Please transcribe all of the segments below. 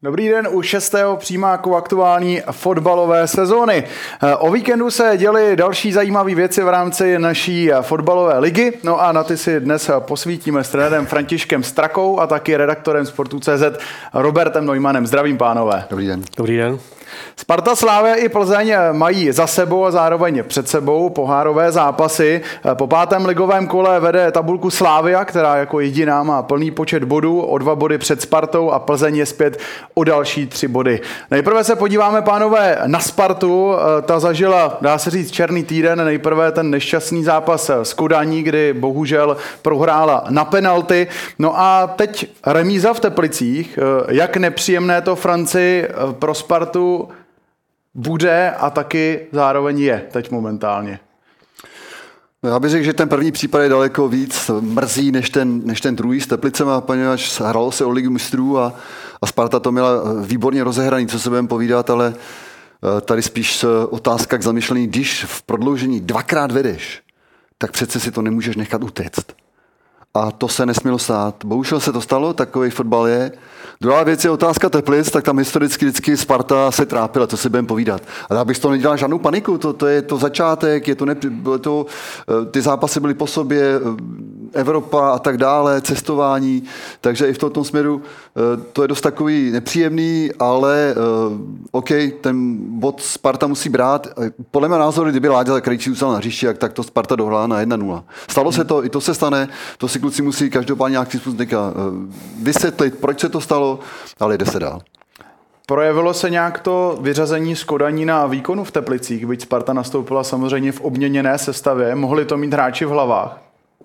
Dobrý den u 6. přímáku aktuální fotbalové sezóny. O víkendu se děly další zajímavé věci v rámci naší fotbalové ligy. No a na ty si dnes posvítíme s trenérem Františkem Strakou a taky redaktorem Sportu.cz Robertem Neumannem. Zdravím, pánové. Dobrý den. Dobrý den. Sparta, Slavia i Plzeň mají za sebou a zároveň před sebou pohárové zápasy. Po 5. ligovém kole vede tabulku Slavia, která jako jediná má plný počet bodů, o 2 body před Spartou, a Plzeň je zpět o další 3 body. Nejprve se podíváme, pánové, na Spartu. Ta zažila, dá se říct, černý týden. Nejprve ten nešťastný zápas s Kodaní, kdy bohužel prohrála na penalty. No a teď remíza v Teplicích. Jak nepříjemné to, Franci, pro Spartu bude a taky zároveň je teď momentálně? Já bych řekl, že ten první případ je daleko víc mrzí než ten druhý s Teplicema, poněvadž hralo se o Ligu mistrů a Sparta to měla výborně rozehraný, co se budeme povídat, ale tady spíš otázka k zamyšlení, když v prodloužení 2krát vedeš, tak přece si to nemůžeš nechat utéct. A to se nesmělo stát. Bohužel se to stalo, takový fotbal je. Druhá věc je otázka Teplic, tak tam historicky vždycky Sparta se trápila, co si budeme povídat. Ale abych z toho nedělal žádnou paniku, to je to začátek, ty zápasy byly po sobě, Evropa a tak dále, cestování, takže i v tomto směru to je dost takový nepříjemný, ale OK, ten bod Sparta musí brát. Podle mého názoru, kdyby Láďa Krejčí zůstal na hřišti, tak to Sparta dohrála na 1-0. Stalo se to, i to se stane, to si kluci musí každopádně nějakým způsobem vysvětlit, proč se to stalo, ale jde se dál. Projevilo se nějak to vyřazení z Kodaní na výkonu v Teplicích, byť Sparta nastoupila samozřejmě v obměněné sestavě, mohli to mít hráči v hlavách?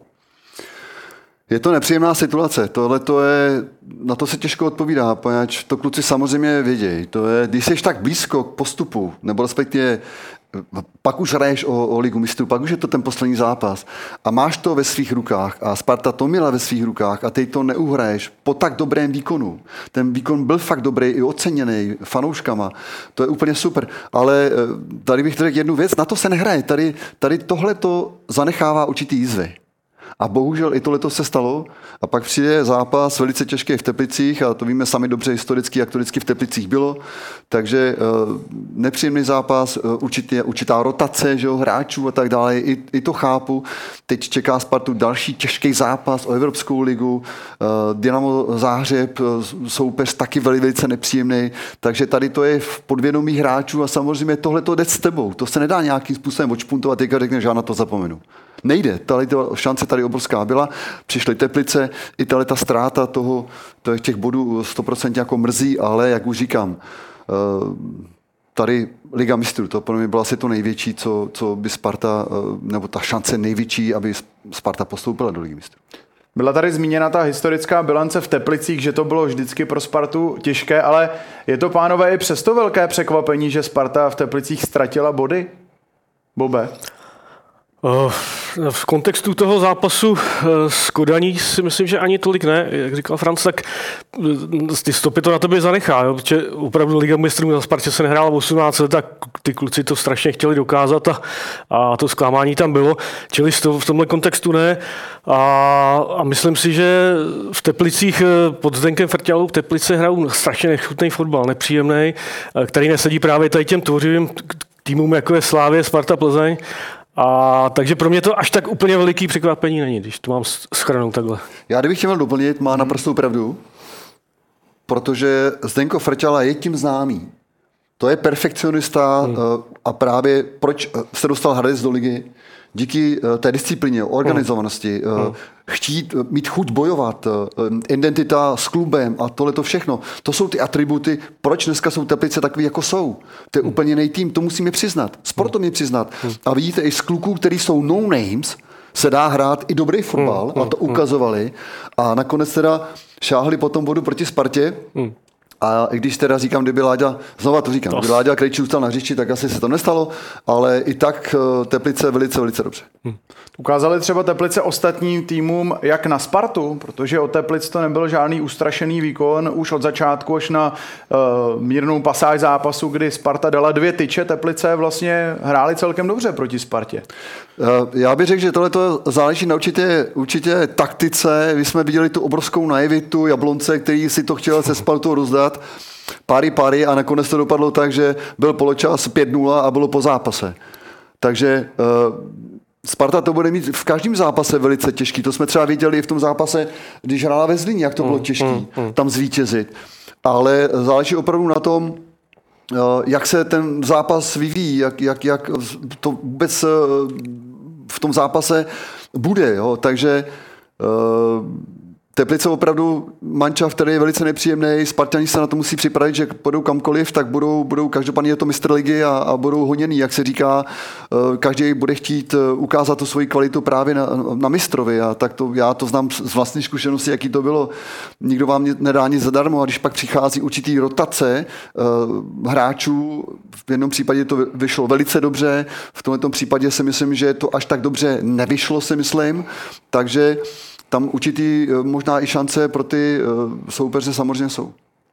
Je to nepříjemná situace, na to se těžko odpovídá, poněvadž to kluci samozřejmě vědějí. Když jsi tak blízko k postupu, nebo respektive pak už hraješ o Ligu mistrů, pak už je to ten poslední zápas a máš to ve svých rukách a Sparta to měla ve svých rukách a ty to neuhraješ po tak dobrém výkonu. Ten výkon byl fakt dobrý i oceněný fanouškama, to je úplně super, ale tady bych řekl jednu věc, na to se nehraje, tady tohle to zanechává určitý jízvy. A bohužel i tohleto se stalo a pak přijde zápas velice těžký v Teplicích a to víme sami dobře historicky, jak to vždycky v Teplicích bylo. Takže nepříjemný zápas, určitá rotace, že jo, hráčů a tak dále, i to chápu. Teď čeká Spartu další těžký zápas o Evropskou ligu, Dynamo Záhřeb, soupeř taky velice nepříjemný, takže tady to je v podvědomí hráčů a samozřejmě tohleto jde s tebou. To se nedá nějakým způsobem odšpuntovat, teďka řekneš, že já na to zapomenu. Nejde, šance tady obrovská byla, přišly Teplice, i ta ztráta těch bodů 100% jako mrzí, ale jak už říkám, tady Liga mistrů, to pro mě bylo asi to největší, co by Sparta, nebo ta šance největší, aby Sparta postoupila do Ligy mistrů. Byla tady zmíněna ta historická bilance v Teplicích, že to bylo vždycky pro Spartu těžké, ale je to, pánové, i přesto velké překvapení, že Sparta v Teplicích ztratila body? Bobe? V kontextu toho zápasu s Kodaní si myslím, že ani tolik ne. Jak říkal Franc, tak ty stopy to na tebe zanechá, jo? Protože opravdu Liga mistrů na Spartě se nehrála 18 let a ty kluci to strašně chtěli dokázat a to zklamání tam bylo. Čili v tomhle kontextu ne. A myslím si, že v Teplicích pod Zdenkem Frťalou v Teplice hrajou strašně nechutný fotbal, nepříjemný, který nesedí právě tady těm tvořivým týmům, jako je Slavie, Sparta, Plzeň. A takže pro mě to až tak úplně veliký překvapení není, když to mám shrnout takhle. Já kdybych chtěl doplnit, má naprostou pravdu, protože Zdenko Frťala je tím známý. To je perfekcionista a právě proč se dostal Hradec do ligy, díky té disciplíně, organizovanosti, chtít mít chuť bojovat, identita s klubem a tohleto všechno. To jsou ty atributy, proč dneska jsou Teplice takový, jako jsou. To je úplně jiný tým, to musíme přiznat. Sportovně přiznat. A vidíte, i z kluků, který jsou no names, se dá hrát i dobrý fotbal a to ukazovali. A nakonec teda šáhli po tom bodu proti Spartě. A i když teda říkám, kdyby Láďa Krejčí zůstal na hřišti, tak asi se to nestalo, ale i tak Teplice velice dobře. Ukázali třeba Teplice ostatním týmům jak na Spartu, protože od Teplic to nebyl žádný ustrašený výkon už od začátku až na mírnou pasáž zápasu, kdy Sparta dala 2 tyče, Teplice vlastně hráli celkem dobře proti Spartě. Já bych řekl, že tohle záleží na určitě taktice. My jsme viděli tu obrovskou naivitu Jablonce, který si to chtěl se Spartou rozdat. páry a nakonec to dopadlo tak, že byl poločas 5-0 a bylo po zápase. Takže Sparta to bude mít v každém zápase velice těžký. To jsme třeba viděli i v tom zápase, když hrála ve Zlíně, jak to bylo těžký tam zvítězit. Ale záleží opravdu na tom, jak se ten zápas vyvíjí, jak to vůbec v tom zápase bude. Jo? Takže Teplice opravdu mančaft, který je velice nepříjemný, Spartani se na to musí připravit, že půjdou kamkoliv, tak budou každopádně je to mistr ligy a budou honěný, jak se říká, každý bude chtít ukázat tu svoji kvalitu právě na mistrovi a tak to, já to znám z vlastní zkušenosti, jaký to bylo. Nikdo vám nedá nic zadarmo a když pak přichází určitý rotace hráčů, v jednom případě to vyšlo velice dobře, v tomto případě si myslím, že to až tak dobře nevyšlo, si myslím, takže tam určitý možná i šance pro ty soupeře samozřejmě jsou.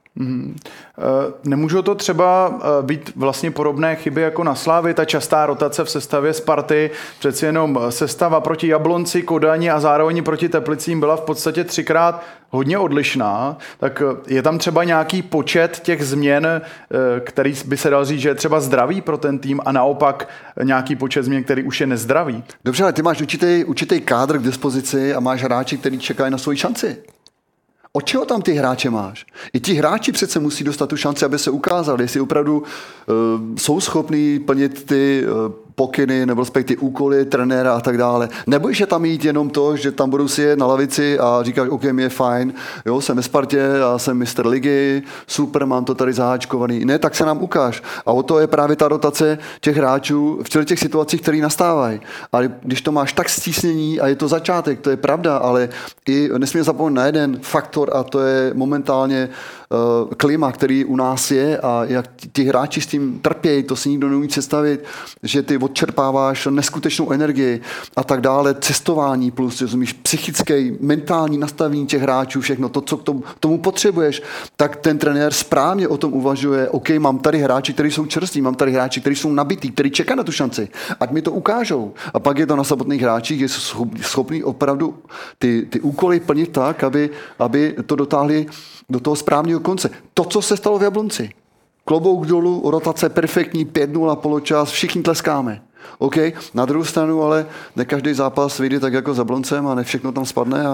Nemůžou to třeba být vlastně podobné chyby jako na Slávii, ta častá rotace v sestavě Sparty, přeci jenom sestava proti Jablonci, Kodani a zároveň proti Teplicím byla v podstatě 3krát hodně odlišná, tak je tam třeba nějaký počet těch změn, který by se dal říct, že je třeba zdravý pro ten tým a naopak nějaký počet změn, který už je nezdravý. Dobře, ale ty máš určitý kádr k dispozici a máš hráči, který čekají na svoji šanci. Od čeho tam ty hráče máš? I ti hráči přece musí dostat tu šanci, aby se ukázali, jestli opravdu jsou schopní plnit ty pokyny nebo respektive úkoly trenéra a tak dále. Nebojš je tam jít jenom to, že tam budou si jet na lavici a říkat, OK, mi je fajn, jo, jsem ve Spartě, já jsem mistr ligy, super, mám to tady zaháčkovaný. Ne, tak se nám ukáž. A o to je právě ta rotace těch hráčů v těch situacích, které nastávají. Ale když to máš tak stísnění a je to začátek, to je pravda, ale i nesmíme zapomenout na jeden faktor a to je momentálně klima, který u nás je a jak ti hráči s tím trpějí, to si nikdo neumí představit, že ty odčerpáváš neskutečnou energii a tak dále, cestování plus, rozumíš, psychické, mentální nastavení těch hráčů, všechno to, co k tomu potřebuješ, tak ten trenér správně o tom uvažuje, OK, mám tady hráči, kteří jsou čerství, mám tady hráči, kteří jsou nabití, kteří čekají na tu šanci, ať mi to ukážou. A pak je to na samotných hráčích, že jsou schopní opravdu ty úkoly plnit tak, aby to dotáhli do toho správného konce. To, co se stalo v Jablonci. Klobouk dolů, rotace perfektní, 5-0 poločas, všichni tleskáme. OK, na druhou stranu, ale ne každý zápas vyjde tak jako s Jabloncem a ne všechno tam spadne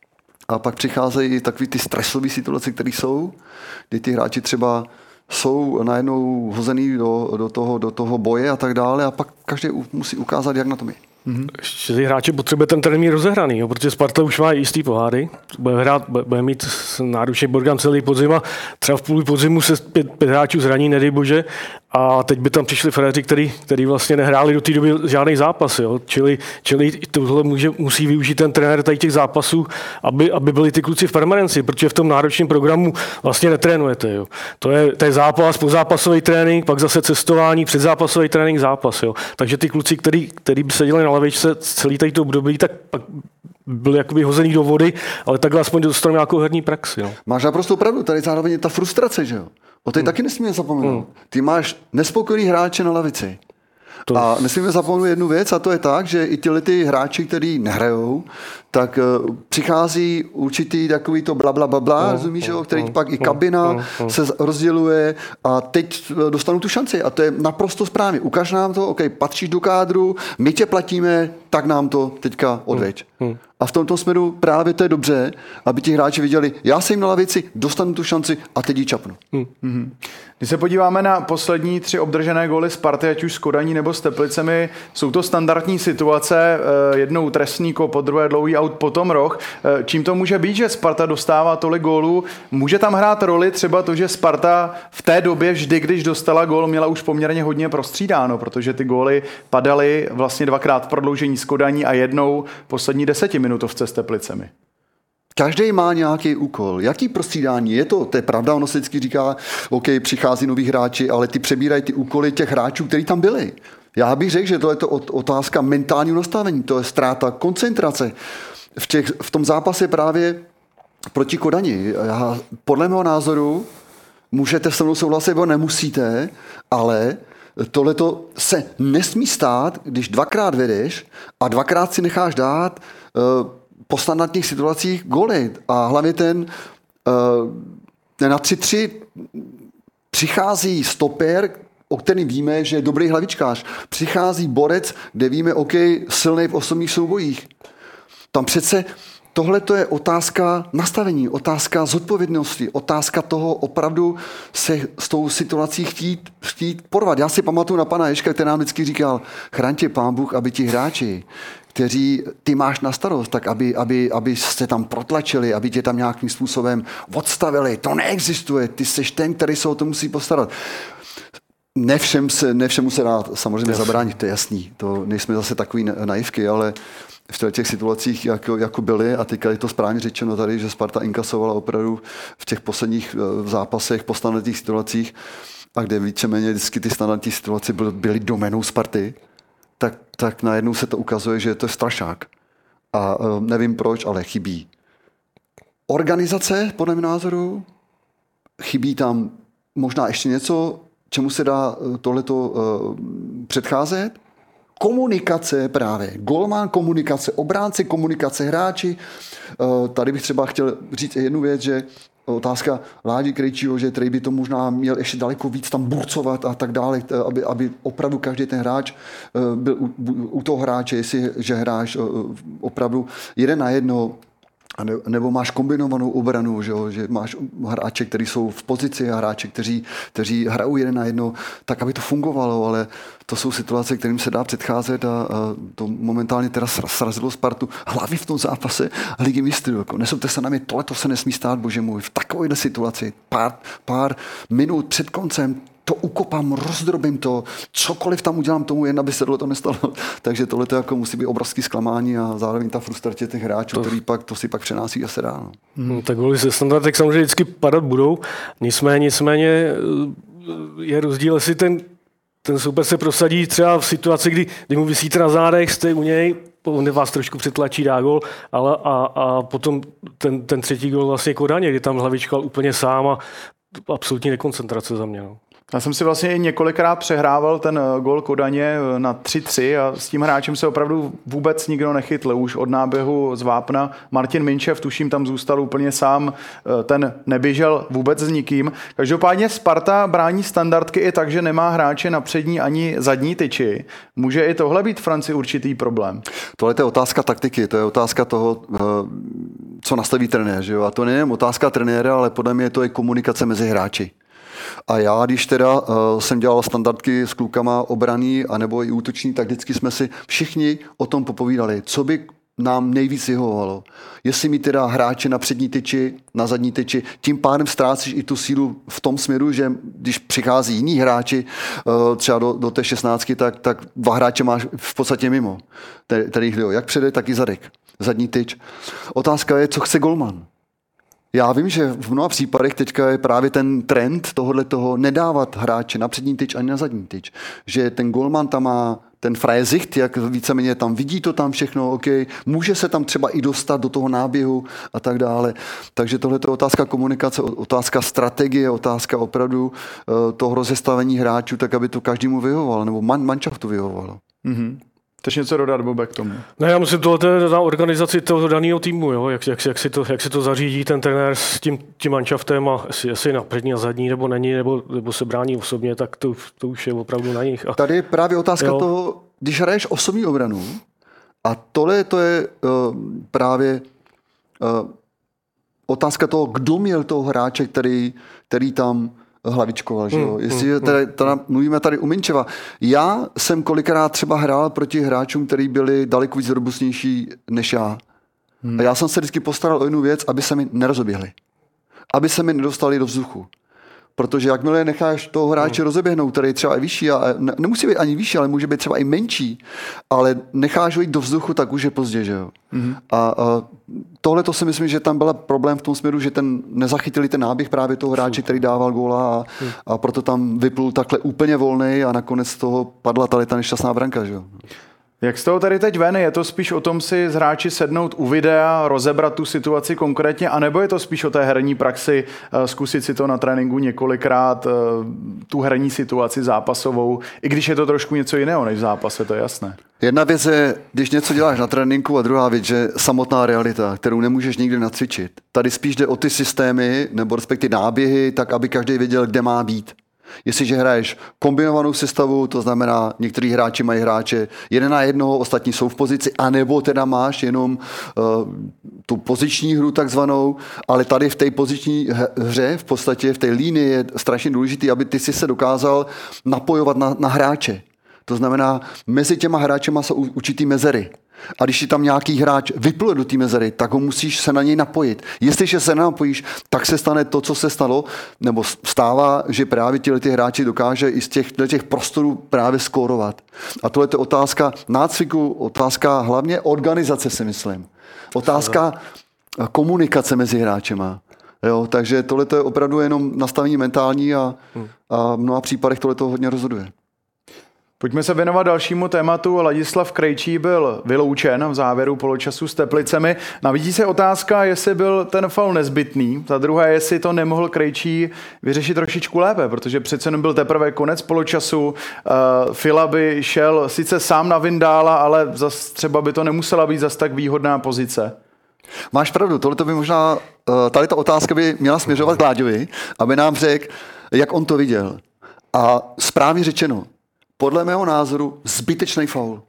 a pak přicházejí takový ty stresové situace, které jsou, kdy ty hráči třeba jsou najednou hozený do toho boje a tak dále a pak každý musí ukázat, jak na tom je. Ještě ty hráči potřebuje ten terén mít rozehraný, jo, protože Sparta už má jistý poháry, bude mít náručný program celý podzim a třeba v půli podzimu se 5 hráčů zraní, nedej bože, a teď by tam přišli frajeři, který vlastně nehráli do té doby žádný zápas. Jo. Čili tohle musí využít ten trenér tady těch zápasů, aby byli ty kluci v permanenci, protože v tom náročném programu vlastně netrénujete. Jo. To je zápas, pozápasový trénink, pak zase cestování, předzápasový trénink, zápas. Jo. Takže ty kluci, který by seděli na lavičce celý tady to období, tak pak byli jakoby hozený do vody, ale takhle aspoň dostanou nějakou herní praxi. Jo. Máš naprosto pravdu, tady zároveň je ta frustrace, že jo? O té taky nesmíme zapomenout. Ty máš nespokojený hráče na lavici. A nesmíme zapomenout jednu věc a to je tak, že i ty hráči, kteří nehrajou, tak přichází určitý takový to bla, rozumíš, jo, který pak i kabina se rozděluje a teď dostanou tu šanci a to je naprosto správně. Ukaž nám to, OK, patříš do kádru, my tě platíme, tak nám to teďka odveď. A v tomto směru právě to je dobře, aby ti hráči viděli, já jsem na lavici, dostanu tu šanci a teď ji čapnu. Když se podíváme na poslední 3 obdržené góly Sparty, ať už s Kodaní nebo s Teplicemi, jsou to standardní situace, jednou trestný kop, po druhé dlouhý aut, potom roh. Čím to může být, že Sparta dostává tolik gólů? Může tam hrát roli třeba to, že Sparta v té době vždy, když dostala gól, měla už poměrně hodně prostřídáno, protože ty góly padaly vlastně 2krát v prodloužení s Kodaní a jednou poslední 10minutovce s Teplicemi. Každý má nějaký úkol. Jaký prostřídání? Je to je pravda, ono se vždycky říká, OK, přichází noví hráči, ale ty přebírají ty úkoly těch hráčů, kteří tam byli. Já bych řekl, že to je to otázka mentálního nastavení, to je ztráta koncentrace. V tom zápase právě proti Kodani. Podle mého názoru můžete se mnou souhlasit, nebo nemusíte, ale tohleto se nesmí stát, když 2krát vedeš a 2krát si necháš dát po standardních situacích góly. A hlavně ten na 3-3 Přichází stoper, o kterém víme, že je dobrý hlavičkář. Přichází borec, kde víme, OK, silný v osobních soubojích. Tam přece tohle to je otázka nastavení, otázka zodpovědnosti, otázka toho opravdu se s tou situací chtít porvat. Já si pamatuju na pana Ježka, který nám vždycky říkal, chraň tě pán Bůh, aby ti hráči, kteří ty máš na starost, tak aby se tam protlačili, aby tě tam nějakým způsobem odstavili. To neexistuje, ty seš ten, který se o to musí postarat. Ne všemu se dá samozřejmě zabránit, to je jasný. To nejsme zase takový naivky, ale v těch situacích, jako byly, a teďka je to správně řečeno tady, že Sparta inkasovala opravdu v těch posledních zápasech po standardních situacích, a kde víceméně vždycky ty standardní situace byly doménou Sparty, tak najednou se to ukazuje, že to je strašák. A nevím proč, ale chybí organizace, podle mého názoru, chybí tam možná ještě něco, čemu se dá tohleto předcházet. Komunikace právě. Golman komunikace, obránci komunikace, hráči. Tady bych třeba chtěl říct jednu věc, že otázka Ládi Krejčího, že který by to možná měl ještě daleko víc tam burcovat a tak dále, aby opravdu každý ten hráč byl u toho hráče, jestli že hráš opravdu jeden na jedno, nebo máš kombinovanou obranu, že máš hráče, kteří jsou v pozici a hráče, kteří hrajou jeden na jedno, tak aby to fungovalo, ale to jsou situace, kterým se dá předcházet a to momentálně teda srazilo Spartu hlavně v tom zápase Ligy mistrů. Jako, nesouďte se na mě, tohle se nesmí stát, bože můj, v takovéhle situaci, pár minut před koncem, to ukopám, rozdrobím to, cokoliv tam udělám tomu, jen aby se tohle to nestalo. Takže tohle to jako musí být obrovský zklamání a zároveň ta frustrace těch hráčů, který to si pak přenásí a se dá. No. Tak goly ze standardek samozřejmě vždycky padat budou, nicméně je rozdíl, jestli ten soupeř se prosadí třeba v situaci, kdy mu vysíte na zádech, jste u něj, on vás trošku přetlačí, dá gol, ale a potom ten třetí gol vlastně Kodaně, kdy tam hlavičkal úplně sám a absolutní nekoncentrace za mě. No. Já jsem si vlastně několikrát přehrával ten gól Kodaně na 3-3 a s tím hráčem se opravdu vůbec nikdo nechytl. Už od náběhu z vápna Martin Minčev, tuším, tam zůstal úplně sám, ten neběžel vůbec s nikým. Každopádně Sparta brání standardky i tak, že nemá hráče na přední ani zadní tyči. Může i tohle být, Franci, určitý problém? Tohle je otázka taktiky, to je otázka toho, co nastaví trenér. Že jo? A to není jen otázka trenéra, ale podle mě to je komunikace mezi hráči. A já, když teda jsem dělal standardky s klukama obraný anebo i útoční, tak vždycky jsme si všichni o tom popovídali, co by nám nejvíc vyhovovalo. Jestli mi teda hráče na přední tyči, na zadní tyči, tím pádem ztrácíš i tu sílu v tom směru, že když přichází jiní hráči třeba do té 16, tak dva hráče máš v podstatě mimo. Tady jak předek, tak i zadek. Zadní tyč. Otázka je, co chce golman. Já vím, že v mnoha případech teďka je právě ten trend toho nedávat hráče na přední tyč ani na zadní tyč. Že ten golman tam má ten Freisicht, jak víceméně tam vidí to tam všechno, OK, může se tam třeba i dostat do toho náběhu a tak dále. Takže tohle je otázka komunikace, otázka strategie, otázka opravdu toho rozestavení hráčů, tak aby to každému vyhovovalo, nebo manšaftu vyhovovalo. Mm-hmm. Chceš něco dodat, Bobe, k tomu? Ne, já myslím, tohle je na organizaci toho daného týmu, jo? Jak si to zařídí ten trenér s tím manšaftem a jestli na přední a zadní nebo není, nebo se brání osobně, tak to už je opravdu na nich. Tady je právě otázka toho, když hraješ osobní obranu, a tohle to je právě otázka toho, kdo měl toho hráče, který tam hlavičkoval, že jo? Jestli teda mluvíme tady u Minčeva. Já jsem kolikrát třeba hrál proti hráčům, kteří byli daleko víc robustnější než já. A já jsem se vždycky postaral o jednu věc, aby se mi nerozeběhli. Aby se mi nedostali do vzduchu. Protože jakmile necháš toho hráče rozeběhnout, který je třeba i vyšší, a nemusí být ani vyšší, ale může být třeba i menší, ale necháš ho jít do vzduchu, tak už je pozdě, že jo. A tohle to si myslím, že tam byl problém v tom směru, že nezachytili ten náběh právě toho hráče, který dával góla a proto tam vyplul takhle úplně volnej a nakonec z toho padla ta nešťastná branka, že jo. Jak z toho tady teď ven? Je to spíš o tom si s hráči sednout u videa, rozebrat tu situaci konkrétně, anebo je to spíš o té herní praxi, zkusit si to na tréninku několikrát, tu herní situaci zápasovou, i když je to trošku něco jiného než v zápase, to je jasné. Jedna věc je, když něco děláš na tréninku, a druhá věc, že samotná realita, kterou nemůžeš nikdy nacvičit. Tady spíš jde o ty systémy, nebo respektive náběhy, tak aby každý věděl, kde má být. Jestliže hraješ kombinovanou sestavu, to znamená, některý hráči mají hráče 1-1, ostatní jsou v pozici, anebo teda máš jenom tu poziční hru takzvanou, ale tady v té poziční hře, v podstatě v té línii je strašně důležité, aby ty si se dokázal napojovat na hráče. To znamená, mezi těma hráčema jsou určitý mezery. A když ti tam nějaký hráč vypluje do té mezery, tak ho musíš se na něj napojit. Jestliže se napojíš, tak se stane to, co se stalo, nebo stává, že právě ty hráči dokáže i z těch prostorů právě skórovat. A tohle je otázka nácviku, otázka hlavně organizace, si myslím. Otázka komunikace mezi hráčema. Jo, takže tohle je opravdu jenom nastavení mentální a v mnoha případech tohle to hodně rozhoduje. Pojďme se věnovat dalšímu tématu. Ladislav Krejčí byl vyloučen v závěru poločasu s Teplicemi. Navíc se otázka, jestli byl ten faul nezbytný. Za druhé, jestli to nemohl Krejčí vyřešit trošičku lépe, protože přece jenom byl teprve konec poločasu. Fila by šel sice sám na Vindála, ale zas třeba by to nemusela být zas tak výhodná pozice. Máš pravdu, tohle by možná, tady ta otázka by měla směřovat k Láďovi, aby nám řekl, jak on to viděl. A správně řečeno, podle mého názoru zbytečný faul.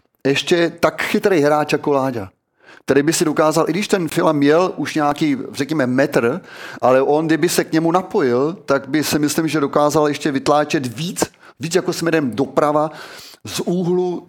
Ještě tak chytrý hráč jako Láďa, který by si dokázal, i když ten Fila měl už nějaký, řekněme, metr, ale on, kdyby se k němu napojil, tak by si myslím, že dokázal ještě vytláčet víc jako směrem doprava z úhlu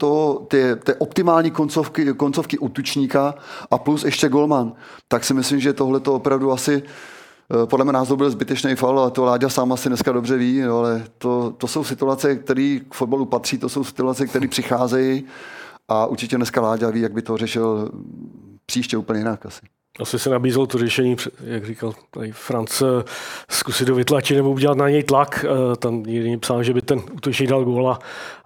té optimální koncovky útočníka a plus ještě golman. Tak si myslím, že tohle to opravdu asi podle mě názoru byl zbytečný faul a to Láďa sám asi dneska dobře ví, ale to jsou situace, které k fotbalu patří, to jsou situace, které přicházejí a určitě dneska Láďa ví, jak by to řešil příště úplně jinak asi. Asi se nabízelo to řešení, jak říkal tady Franc, zkusit ho vytlačit nebo udělat na něj tlak. Tam někdy psal, že by ten útočník dal góla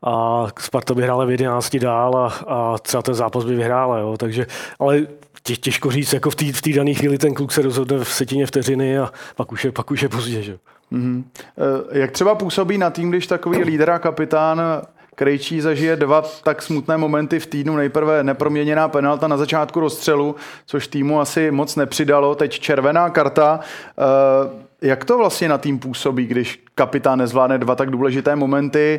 a Sparta by hrála v 11 dál a třeba ten zápas by vyhrála. Jo. Takže, ale těžko říct, jako v té dané chvíli ten kluk se rozhodne v setině vteřiny a pak už je pozdě. Že? Mm-hmm. Jak třeba působí na tým, když takový lídr a kapitán Krejčí zažije 2 tak smutné momenty v týdnu. Nejprve neproměněná penalta na začátku rozstřelu, což týmu asi moc nepřidalo. Teď červená karta. Jak to vlastně na tým působí, když kapitán nezvládne 2 tak důležité momenty?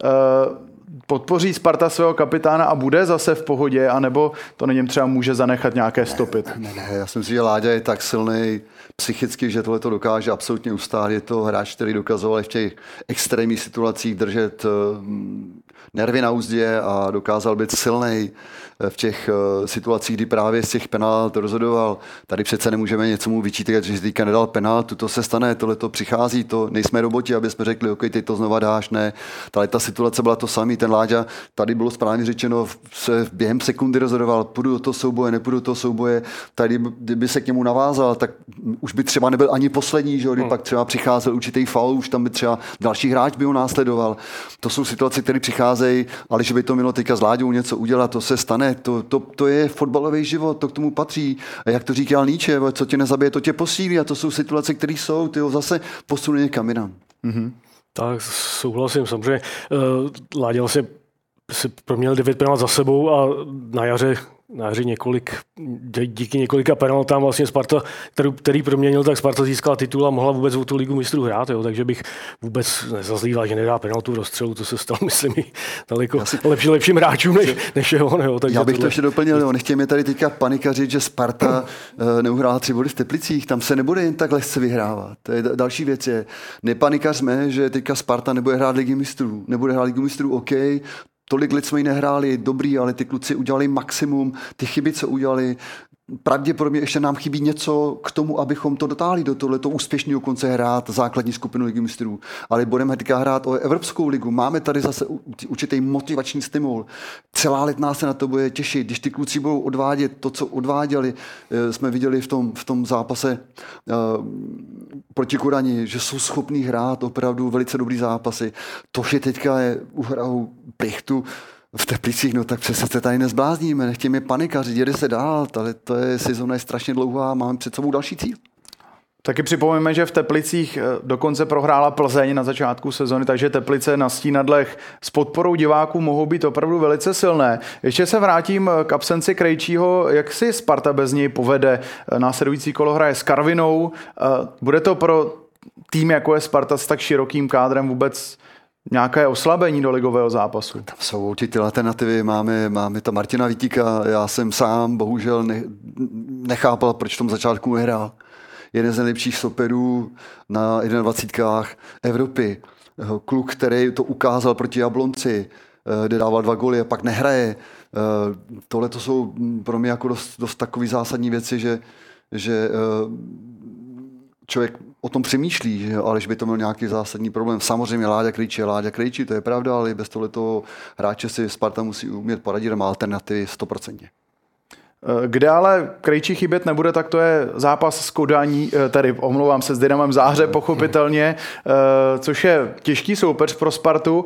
Podpoří Sparta svého kapitána a bude zase v pohodě, anebo to na něm třeba může zanechat nějaké stopy? Ne, já si myslím, že Láďa je tak silný psychicky, že tohle to dokáže absolutně ustát. Je to hráč, který dokazoval v těch extrémních situacích držet nervy na úzdě a dokázal být silný v těch situacích, kdy právě z těch penalt rozhodoval. Tady přece nemůžeme něco mu vyčítat, že si teďka nedal penaltu, to se stane, tohle to přichází, to nejsme roboti, aby jsme řekli, OK, ty to znova dáš, ne. Tady ta situace byla to samý, ten Láďa, tady bylo správně řečeno, se během sekundy rozhodoval, půjdu do toho souboje, nepůjdu do toho souboje, tady kdyby se k němu navázal, tak už by třeba nebyl ani poslední, že? Kdy pak třeba přicházel určitý faul, už tam by třeba další hráč by ho následoval. To jsou situace, které přicházejí, ale že by to mělo teďka s Láďou něco udělat, to se stane. To je fotbalový život, to k tomu patří. A jak to říkal Nietzsche, co tě nezabije, to tě posílí a to jsou situace, které jsou, ty ho zase posune někam jinam. Mm-hmm. Tak souhlasím, samozřejmě. Láďa vlastně si proměnil 9 penalt za sebou a na jaře díky několika penaltám vlastně Sparta, který proměnil, tak Sparta získala titul a mohla vůbec o tu ligu mistrů hrát, jo. Takže bych vůbec nezazlíval, že nedá penaltu v rozstřelu, to se stalo, myslím, daleko lepším hráčům než je on. Jo. Já bych to ještě doplnil, nechtěj mě tady teďka panikařit, že Sparta neuhrála 3 body v Teplicích, tam se nebude jen tak lehce vyhrávat. To je další věc je, nepanikařme, že teďka Sparta nebude hrát ligu mistrů, OK, tolik let jsme ji nehráli, dobrý, ale ty kluci udělali maximum, ty chyby, co udělali, pravděpodobně ještě nám chybí něco k tomu, abychom to dotáhli do tohoto úspěšného konce hrát základní skupinu ligy mistrů. Ale budeme teďka hrát o Evropskou ligu. Máme tady zase určitý motivační stimul. Celá letná se na to bude těšit. Když ty kluci budou odvádět to, co odváděli, jsme viděli v tom zápase proti Kodani, že jsou schopní hrát opravdu velice dobrý zápasy. To, že teďka uhrajou Plichtu v Teplicích, no tak přece se tady nezblázníme, nechtějme panikařit, jede se dál, ale to je sezóna je strašně dlouhá a máme před sebou další cíl. Taky připomeňme, že v Teplicích dokonce prohrála Plzeň na začátku sezony, takže Teplice na Stínadlech s podporou diváků mohou být opravdu velice silné. Ještě se vrátím k absenci Krejčího. Jak si Sparta bez něj povede? Následující kolo hraje s Karvinou. Bude to pro tým, jako je Sparta s tak širokým kádrem, vůbec nějaké oslabení do ligového zápasu? Tam jsou určitě alternativy, máme ta Martina Vítíka, já jsem sám bohužel nechápal, proč v tom začátku nehrál. Jeden z nejlepších stoperů na 21 Evropy. Kluk, který to ukázal proti Jablonci, kde dával 2 góly a pak nehraje. Tohle to jsou pro mě jako dost takové zásadní věci, že člověk o tom přemýšlí, že alež by to měl nějaký zásadní problém. Samozřejmě Láďa Krejčí, to je pravda, ale bez tohletoho hráče si Sparta musí umět poradit a má alternativy 100%. Kde ale Krejčí chybět nebude, tak to je zápas s Kodaní, tedy omlouvám se, s Dynamem Záhřeb pochopitelně, což je těžký soupeř pro Spartu.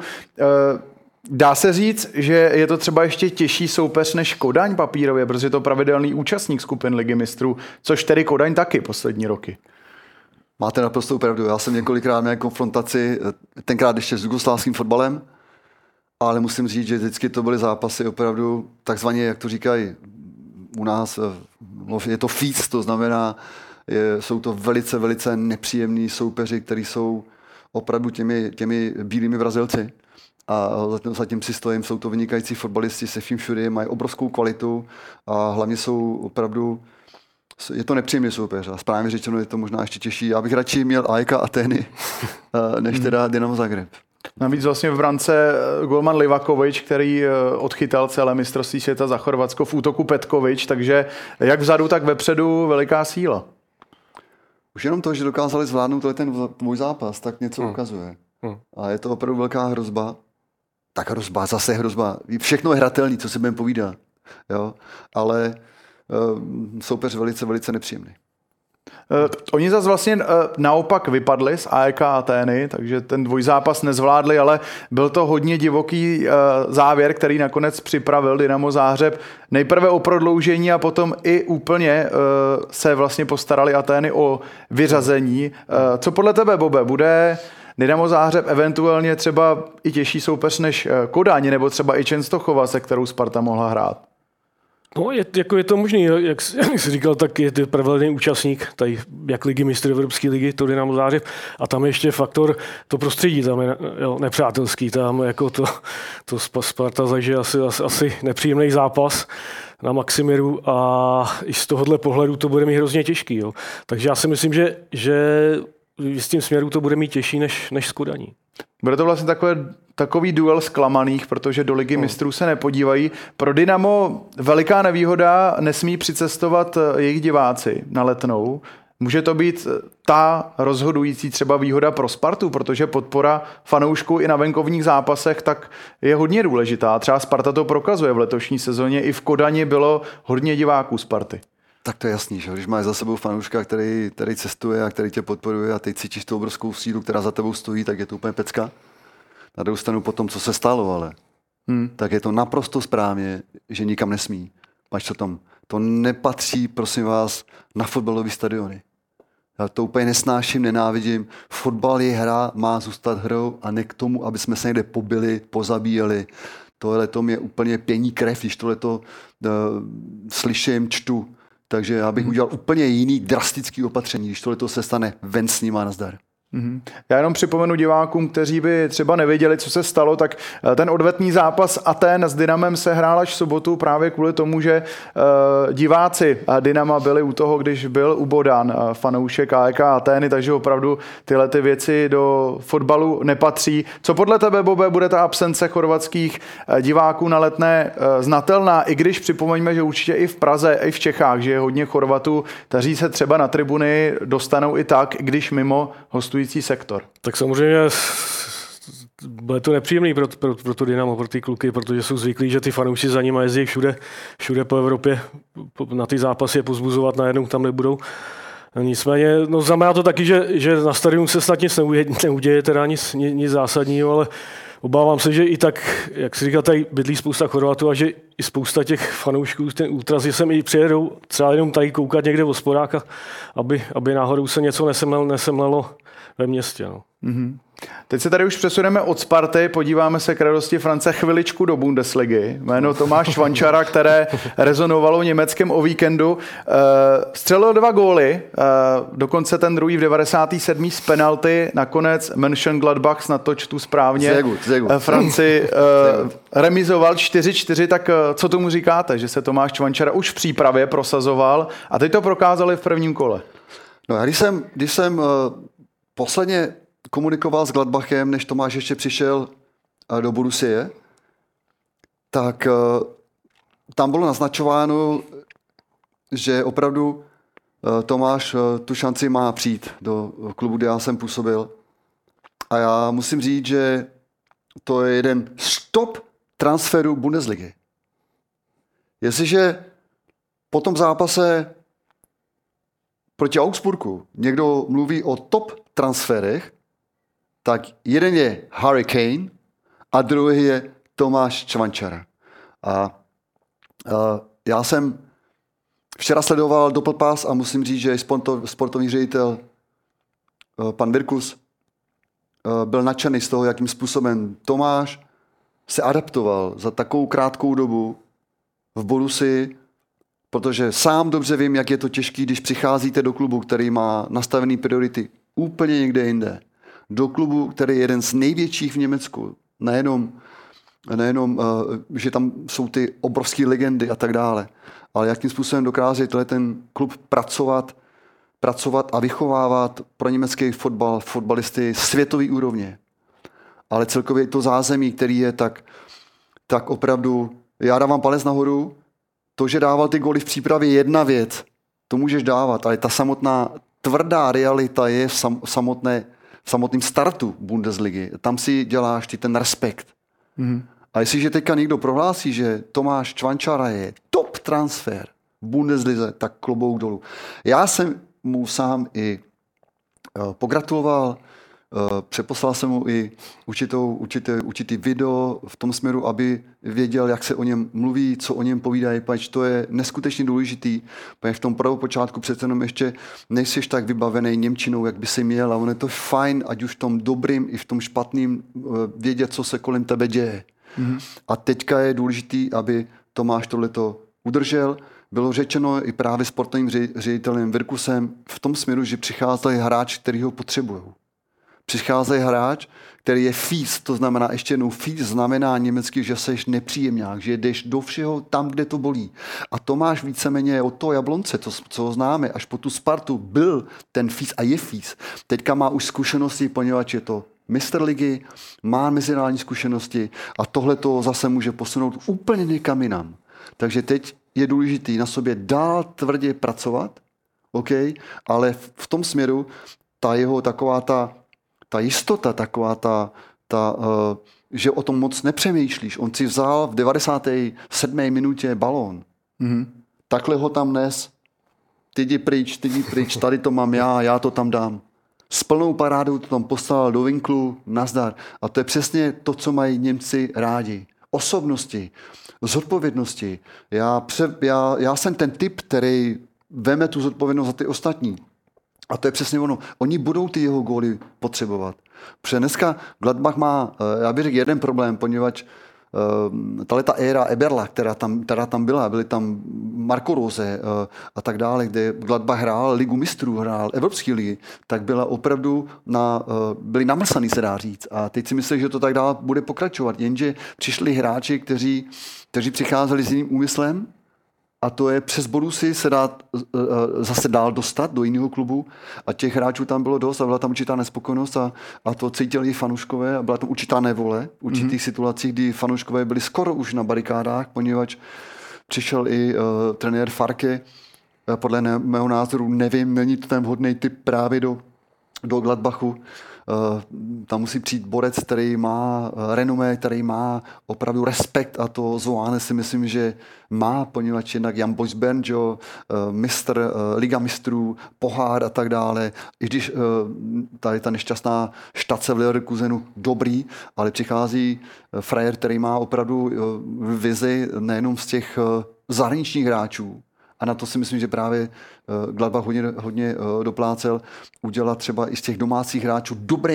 Dá se říct, že je to třeba ještě těžší soupeř než Kodaň papírově, protože je to pravidelný účastník skupin Ligy mistrů, což tedy Kodaň taky poslední roky. Máte naprosto pravdu. Já jsem několikrát měl konfrontaci, tenkrát ještě s jugoslávským fotbalem, ale musím říct, že vždycky to byly zápasy opravdu takzvaně, jak to říkají u nás, je to fíc, to znamená, jsou to velice, velice nepříjemní soupeři, kteří jsou opravdu těmi bílými Brazilci. A zatím si stojím, jsou to vynikající fotbalisti se vším všude, mají obrovskou kvalitu a hlavně jsou opravdu, je to nepříjemný soupeř a správně řečeno je to možná ještě těžší. Já bych radši měl AEK Atény, než teda Dynamo Zagreb. Navíc vlastně v brance golman Livakovič, který odchytal celé mistrovství světa za Chorvatsko, v útoku Petkovič, takže jak vzadu, tak vepředu veliká síla. Už jenom to, že dokázali zvládnout ten můj zápas, tak něco ukazuje. A je to opravdu velká hrozba. Tak hrozba, zase hrozba. Všechno je hratelný, co si budeme povídat. Jo? Ale soupeř velice, velice nepříjemný. Oni zase vlastně naopak vypadli z AEK Atény, takže ten dvojzápas nezvládli, ale byl to hodně divoký závěr, který nakonec připravil Dynamo Záhřeb. Nejprve o prodloužení a potom i úplně se vlastně postarali Atény o vyřazení. Co podle tebe, Bobe, bude Dynamo Záhřeb eventuálně třeba i těžší soupeř než Kodaň, nebo třeba i Čenstochova, se kterou Sparta mohla hrát? No, je to možný, jak jsi říkal, tak je to pravidelný účastník tady jak ligy mistrů Evropské ligy, to Dynamo Záhřeb, a tam ještě faktor, to prostředí tam je nepřátelský, tam jako to Sparta zažije asi nepříjemný zápas na Maximiru a i z tohohle pohledu to bude mít hrozně těžký. Jo. Takže já si myslím, že v tím směru to bude mít těžší než s Kodaní. Bude to vlastně takový duel zklamaných, protože do Ligy mistrů se nepodívají. Pro Dynamo veliká nevýhoda, nesmí přicestovat jejich diváci na Letnou. Může to být ta rozhodující třeba výhoda pro Spartu, protože podpora fanoušků i na venkovních zápasech tak je hodně důležitá. Třeba Sparta to prokazuje v letošní sezóně, i v Kodani bylo hodně diváků Sparty. Tak to je jasný, že když máš za sebou fanouška, který cestuje a který tě podporuje a teď cítíš tu obrovskou sílu, která za tebou stojí, tak je to úplně pecka. Na druhou stranu po tom, co se stalo, ale tak je to naprosto správně, že nikam nesmí. Máš to tam. To nepatří, prosím vás, na fotbalové stadiony. Já to úplně nesnáším, nenávidím. Fotbal je hra, má zůstat hrou a ne k tomu, aby jsme se někde pobili, pozabíjeli. Tohle to mě úplně pění krev, když tohleto slyším, čtu. Takže já bych udělal úplně jiný drastický opatření, když tohleto se stane, ven s nima, nazdar. Já jenom připomenu divákům, kteří by třeba nevěděli, co se stalo, tak ten odvetný zápas Atén s Dynamem se hrál až v sobotu právě kvůli tomu, že diváci Dynama byli u toho, když byl ubodán fanoušek AEK Atény, takže opravdu tyhle ty věci do fotbalu nepatří. Co podle tebe, Bobe, bude ta absence chorvatských diváků na Letné znatelná, i když připomeňme, že určitě i v Praze, i v Čechách, že je hodně Chorvatů, kteří se třeba na tribuny dostanou i tak, když mimo hostují sektor. Tak samozřejmě bude to nepříjemný pro to Dynamo, pro ty kluky, protože jsou zvyklí, že ty fanoušci za nimi jezdí všude po Evropě na ty zápasy je pozbuzovat, najednou tam nebudou. Nicméně, znamená to taky, že na stadionu se snad nic neuděje, teda nic zásadního, ale obávám se, že i tak, jak si říkal, tady bydlí spousta Chorvatů a že i spousta těch fanoušků, ten ultrazi sem i přijedou třeba jenom tady koukat někde v hospodách, aby náhodou se něco nesemlelo ve městě. No. Mm-hmm. Teď se tady už přesuneme od Sparty, podíváme se k radosti France chviličku do Bundesligy. Jméno Tomáš Čvančara, které rezonovalo v německém o víkendu. Střelil 2 góly, dokonce ten druhý v 97. z penalty, nakonec Mönchengladbach, snad to čtu správně, Franci remizoval 4-4, tak co tomu říkáte, že se Tomáš Čvančara už v přípravě prosazoval a teď to prokázali v prvním kole? No a když jsem posledně komunikoval s Gladbachem, než Tomáš ještě přišel do Borussie, tak tam bylo naznačováno, že opravdu Tomáš tu šanci má přijít do klubu, kde já jsem působil. A já musím říct, že to je jeden z top transferů Bundesligy. Jestliže po tom zápase proti Augsburgu někdo mluví o top transferech, tak jeden je Harry Kane a druhý je Tomáš Čvančara. A já jsem včera sledoval Doppelpass a musím říct, že sportovní ředitel pan Virkus byl nadšený z toho, jakým způsobem Tomáš se adaptoval za takovou krátkou dobu v Borussii, protože sám dobře vím, jak je to těžké, když přicházíte do klubu, který má nastavený priority úplně někde jinde. Do klubu, který je jeden z největších v Německu. Nejenom že tam jsou ty obrovské legendy a tak dále, ale jakým způsobem dokáže ten klub pracovat a vychovávat pro německý fotbalisty světový úrovně. Ale celkově to zázemí, který je tak opravdu, já dávám palec nahoru, to, že dával ty góly v přípravě, je jedna věc, to můžeš dávat, ale ta samotná tvrdá realita je v samotném startu Bundesligy. Tam si děláš ty ten respekt. Mm. A jestliže teďka někdo prohlásí, že Tomáš Čvančara je top transfer v Bundeslize, tak klobouk dolů. Já jsem mu sám i pogratuloval, přeposlal jsem mu i určitý video v tom směru, aby věděl, jak se o něm mluví, co o něm povídají, protože to je neskutečně důležitý, protože v tom prvopočátku přece jenom ještě nejsiš tak vybavený němčinou, jak by si měl, a on je to fajn, ať už v tom dobrým i v tom špatným vědět, co se kolem tebe děje. Mm-hmm. A teďka je důležitý, aby Tomáš tohleto udržel. Bylo řečeno i právě sportovním ředitelem Virkusem v tom směru, že přicházejí hráč, který ho potřebují. Přichází hráč, který je fies, to znamená ještě jednou fies, znamená německy, že seš nepříjemňák, že jdeš do všeho tam, kde to bolí. A Tomáš víceméně od toho Jablonce, co ho známe, až po tu Spartu byl ten fies a je fies. Teďka má už zkušenosti, poněvadž je to mistr ligy, má mezinárodní zkušenosti a tohle to zase může posunout úplně někam jinam. Takže teď je důležité na sobě dál tvrdě pracovat, okay? Ale v tom směru ta jeho taková ta jistota, že o tom moc nepřemýšlíš. On si vzal v 97. minutě balón. Mm-hmm. Takhle ho tam nes. Ty jdi pryč, tady to mám já to tam dám. S plnou parádou to tam poslal do vinklu, nazdar. A to je přesně to, co mají Němci rádi. Osobnosti, zodpovědnosti. Já jsem ten typ, který veme tu zodpovědnost za ty ostatní. A to je přesně ono. Oni budou ty jeho góly potřebovat. Protože dneska Gladbach má, já bych řekl, jeden problém, poněvadž ta éra Eberla, která tam byla, byly tam Marco Rose a tak dále, kde Gladbach hrál Ligu mistrů, hrál Evropské ligy, tak byla opravdu byli namlsaný, se dá říct. A teď si myslím, že to tak dále bude pokračovat. Jenže přišli hráči, kteří přicházeli s jiným úmyslem, a to je přes Borussii se dá zase dál dostat do jiného klubu a těch hráčů tam bylo dost a byla tam určitá nespokojenost a to cítili i fanouškové a byla tam určitá nevole v určitých situacích, kdy fanouškové byli skoro už na barikádách, poněvadž přišel i trenér Farke, podle mého názoru nevím, není to ten vhodný typ právě do Gladbachu. Tam musí přijít borec, který má renomé, který má opravdu respekt a to Zvoáne si myslím, že má, poněvadž jednak Jan Boys Bern, mistr, Liga mistrů, pohár a tak dále. I když tady ta nešťastná štace v Leverkusenu dobrý, ale přichází frajer, který má opravdu vizi nejenom z těch zahraničních hráčů, A na to si myslím, že právě Gladbach hodně doplácel, udělat třeba i z těch domácích hráčů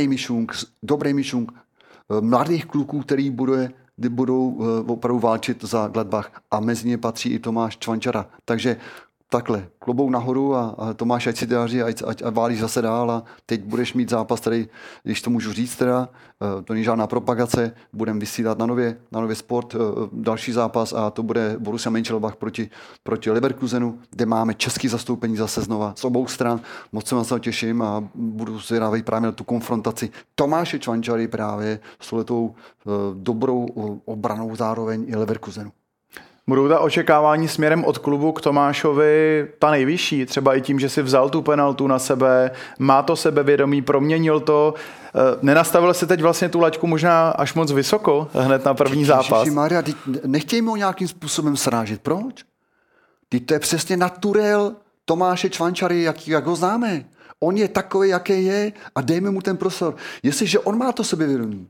dobrý myšunk, mladých kluků, který budou opravdu válčit za Gladbach. A mezi ně patří i Tomáš Čvančara. Takže takhle, klobouk nahoru a Tomáš, ať si daří, ať válíš zase dál a teď budeš mít zápas, který, když to můžu říct teda, to není žádná propagace, budeme vysílat na Nově Sport další zápas a to bude Borussia Mönchengladbach proti Leverkusenu, kde máme český zastoupení zase znova z obou stran. Moc se na to těším a budu zvědavý právě na tu konfrontaci Tomáše Čvančary právě s touhletou dobrou obranou zároveň i Leverkusenu. Budou ta očekávání směrem od klubu k Tomášovi ta nejvyšší, třeba i tím, že si vzal tu penaltu na sebe, má to sebevědomí, proměnil to, nenastavil si teď vlastně tu laťku možná až moc vysoko hned na první zápas? Maria, nechtějme ho nějakým způsobem srážet, proč? To je přesně naturel Tomáše Čvančary, jak ho známe. On je takový, jaký je a dejme mu ten prostor. Jestliže on má to sebevědomí,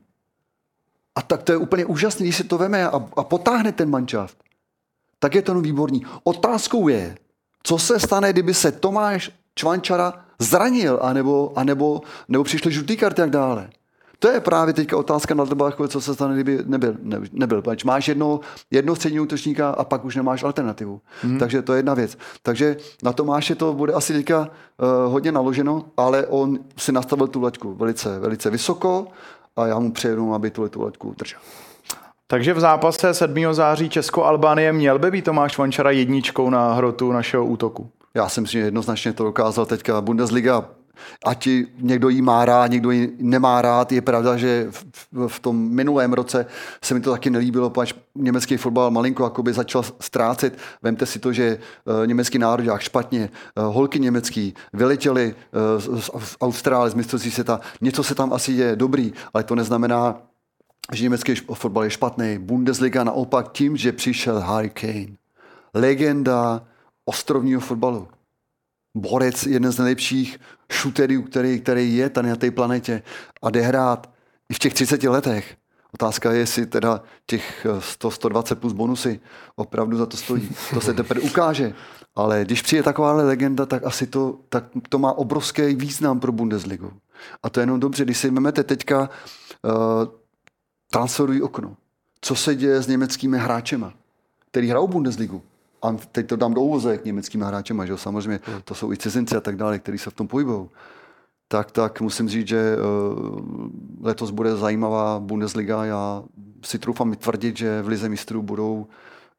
a tak to je úplně úžasné, když se to veme a potáhne ten manšaft, tak je to výborný. Otázkou je, co se stane, kdyby se Tomáš Čvančara zranil, anebo přišly žlutý karty a tak dále. To je právě teďka otázka na Gladbachu, co se stane, kdyby nebyl. Pač máš jedno střední útočníka a pak už nemáš alternativu. Takže to je jedna věc. Takže na Tomáše to bude asi teďka hodně naloženo, ale on si nastavil tu laťku velice, velice vysoko a já mu přeju, aby tu laťku držel. Takže v zápase 7. září Česko-Albánie měl by být Tomáš Čvančara jedničkou na hrotu našeho útoku? Já si myslím, že jednoznačně to dokázal teďka Bundesliga. Ať někdo jí má rád, někdo ji nemá rád. Je pravda, že v tom minulém roce se mi to taky nelíbilo, protože německý fotbal malinko jakoby začal ztrácet. Vemte si to, že německý národák špatně, holky německý vyletěli z Austrálie, z mistrovství světa. Něco se tam asi je dobrý, ale to neznamená, že německý fotbal je špatný. Bundesliga naopak tím, že přišel Harry Kane. Legenda ostrovního fotbalu. Borec, jeden z nejlepších šuterů, který je tady na té planetě a jde hrát i v těch 30 letech. Otázka je, jestli teda těch 100-120 plus bonusy opravdu za to stojí. To se teprve ukáže. Ale když přijde takováhle legenda, tak asi to má obrovský význam pro Bundesligu. A to je jenom dobře, když si vezmete teďka transferují okno. Co se děje s německými hráčema, který hrajou Bundesligu? A teď to dám do uvozek německými hráčema, že samozřejmě to jsou i cizinci a tak dále, kteří se v tom pohybují. Tak musím říct, že letos bude zajímavá Bundesliga. Já si troufám tvrdit, že v Lize mistrů budou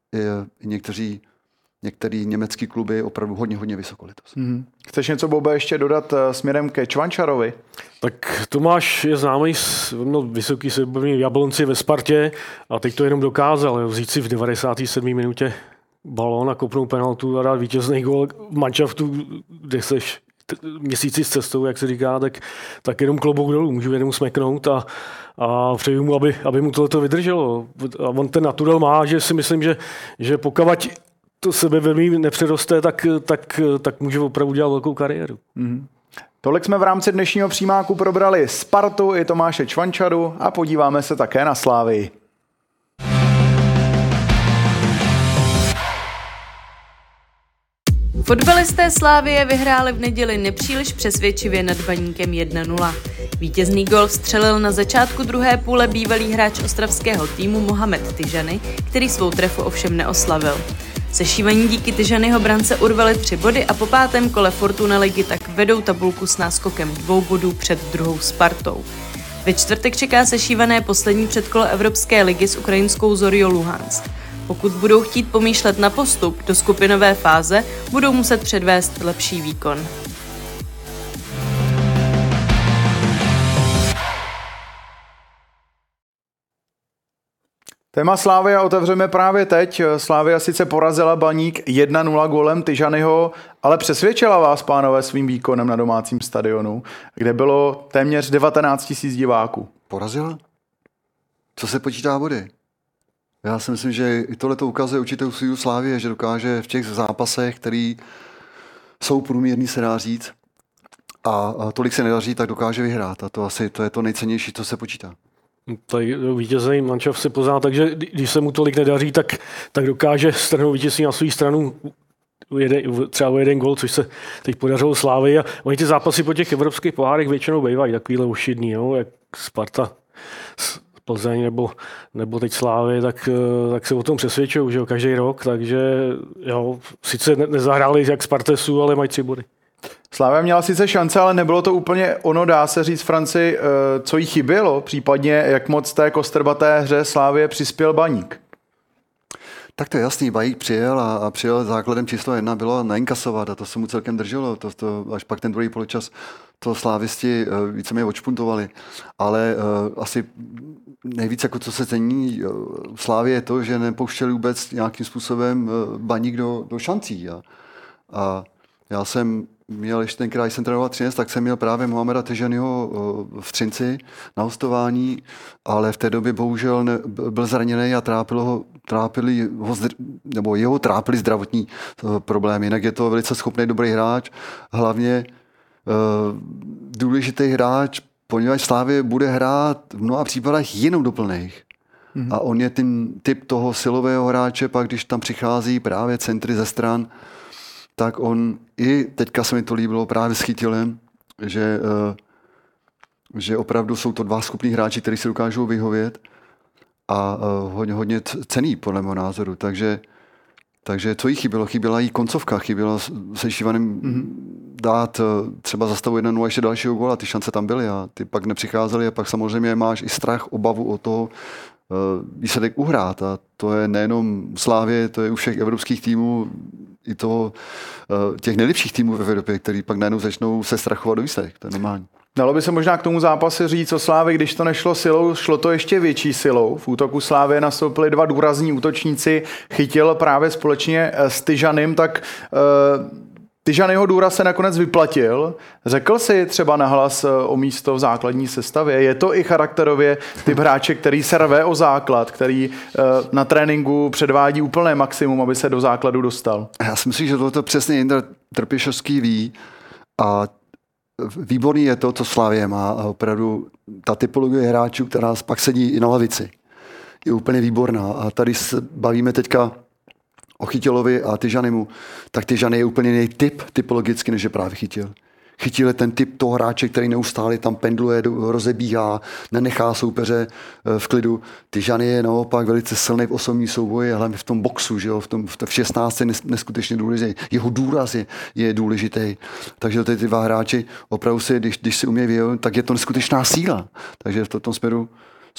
některý německý kluby opravdu hodně vysoko letos. Chceš něco, Bobe, ještě dodat směrem ke Čvančarovi? Tak Tomáš je známý, měl vysoký sebevědomí v Jablonci ve Spartě a teď to jenom dokázal. Vzít si v 97. minutě balón a kopnout penaltu a dát vítězný gól v manšaftu, kde seš měsíci s cestou, jak se říká, tak jenom klobouk dolů, můžu jenom smeknout a přeju mu, aby mu tohleto vydrželo. A on ten natural má, že si myslím, že pokud to sebevědomí nepřeroste, tak může opravdu dělat velkou kariéru. Tolik jsme v rámci dnešního přímáku probrali Spartu i Tomáše Čvančaru a podíváme se také na Slavii. Fotbalisté Slavie vyhráli v neděli nepříliš přesvědčivě nad Baníkem 1-0. Vítězný gól vstřelil na začátku druhé půle bývalý hráč ostravského týmu Mohamed Tijani, který svou trefu ovšem neoslavil. Sešívaní díky Tijaniho brance urvali 3 body a po 5. kole Fortuna ligy tak vedou tabulku s náskokem 2 bodů před druhou Spartou. Ve čtvrtek čeká sešívané poslední předkolo Evropské ligy s ukrajinskou Zoryo Luhansk. Pokud budou chtít pomýšlet na postup do skupinové fáze, budou muset předvést lepší výkon. Téma Slavia otevřeme právě teď. Slavia sice porazila Baník 1-0 gólem Tijaniho, ale přesvědčila vás, pánové, svým výkonem na domácím stadionu, kde bylo téměř 19 000 diváků. Porazila? Co se počítá body? Já si myslím, že i tohle to ukazuje určitou sílu Slavie, že dokáže v těch zápasech, který jsou průměrný, se dá říct, a tolik se nedaří, tak dokáže vyhrát. A to je to nejcennější, co se počítá. Tak vítězný manšaft se pozná, takže když se mu tolik nedaří, tak dokáže strhnout vítězství na svou stranu třeba o jeden gól, což se teď podařilo Slávy. A oni ty zápasy po těch evropských pohárech většinou bývají takovýhle ošidný, jo, jak Sparta, Plzeň nebo teď Slávy, tak se o tom přesvědčují, že jo, každý rok, takže jo, sice nezahráli jak Spartesu, ale mají 3 body. Slávia měla sice šance, ale nebylo to úplně ono, dá se říct Franci, co jí chybělo, případně jak moc té kostrbaté hře Slávie přispěl Baník. Tak to je jasný, Baník přijel a přijel základem číslo 1 bylo nainkasovat a to se mu celkem drželo, to až pak ten druhý poločas to slávisti víceméně odšpuntovali, ale asi nejvíc, jako co se cení Slávě je to, že nepouštěli vůbec nějakým způsobem Baník do šancí a já jsem měl ještě tenkrát, když jsem trénoval 13, tak jsem měl právě Mohameda Tyžanyho v Třinci na hostování, ale v té době bohužel byl zraněný a trápili zdravotní problémy. Jinak je to velice schopný, dobrý hráč, hlavně důležitý hráč, poněvadž Slávě bude hrát v mnoha případech jenom doplných. A on je ten typ toho silového hráče, pak když tam přichází právě centry ze stran, tak on i teďka se mi to líbilo právě s Chytilem, že opravdu jsou to 2 schopní hráči, kteří si dokážou vyhovět a hodně cenný podle mého názoru. Takže co jí chybělo? Chyběla jí koncovka, chybělo se Šivanem dát třeba za stavu 1-0 ještě dalšího góla, ty šance tam byly a ty pak nepřicházely a pak samozřejmě máš i strach, obavu o toho výsledek uhrát a to je nejenom Slávě, to je u všech evropských týmů i toho, těch nejlepších týmů v Evropě, který pak najednou začnou se strachovat do výsledek, to je normální. Dalo by se možná k tomu zápase říct o Slávy, když to nešlo silou, šlo to ještě větší silou. V útoku Slávy nastoupili 2 důrazní útočníci, Chytil právě společně s Tyžanym, tak Tyžanyho důraz se nakonec vyplatil. Řekl si třeba nahlas o místo v základní sestavě? Je to i charakterově typ hráče, který se rve o základ, který na tréninku předvádí úplné maximum, aby se do základu dostal? Já si myslím, že to přesně Jindra Trpišovský ví a výborný je to, co Slavie má a opravdu ta typologie hráčů, která pak sedí i na lavici, je úplně výborná a tady se bavíme teďka o Chytilovi a Tyžanymu, tak Tyžany je úplně jiný typologicky, než je právě Chytil. Chytil je ten typ toho hráče, který neustále tam pendluje, rozebíhá, nenechá soupeře v klidu. Tyžany je naopak velice silný v osobní souboji, hlavně v tom boxu, že jo? V 16 je neskutečně důležitý. Jeho důraz je důležitý. Takže ty 2 hráči opravdu si, když si umějí vyjet, tak je to neskutečná síla. Takže v tom směru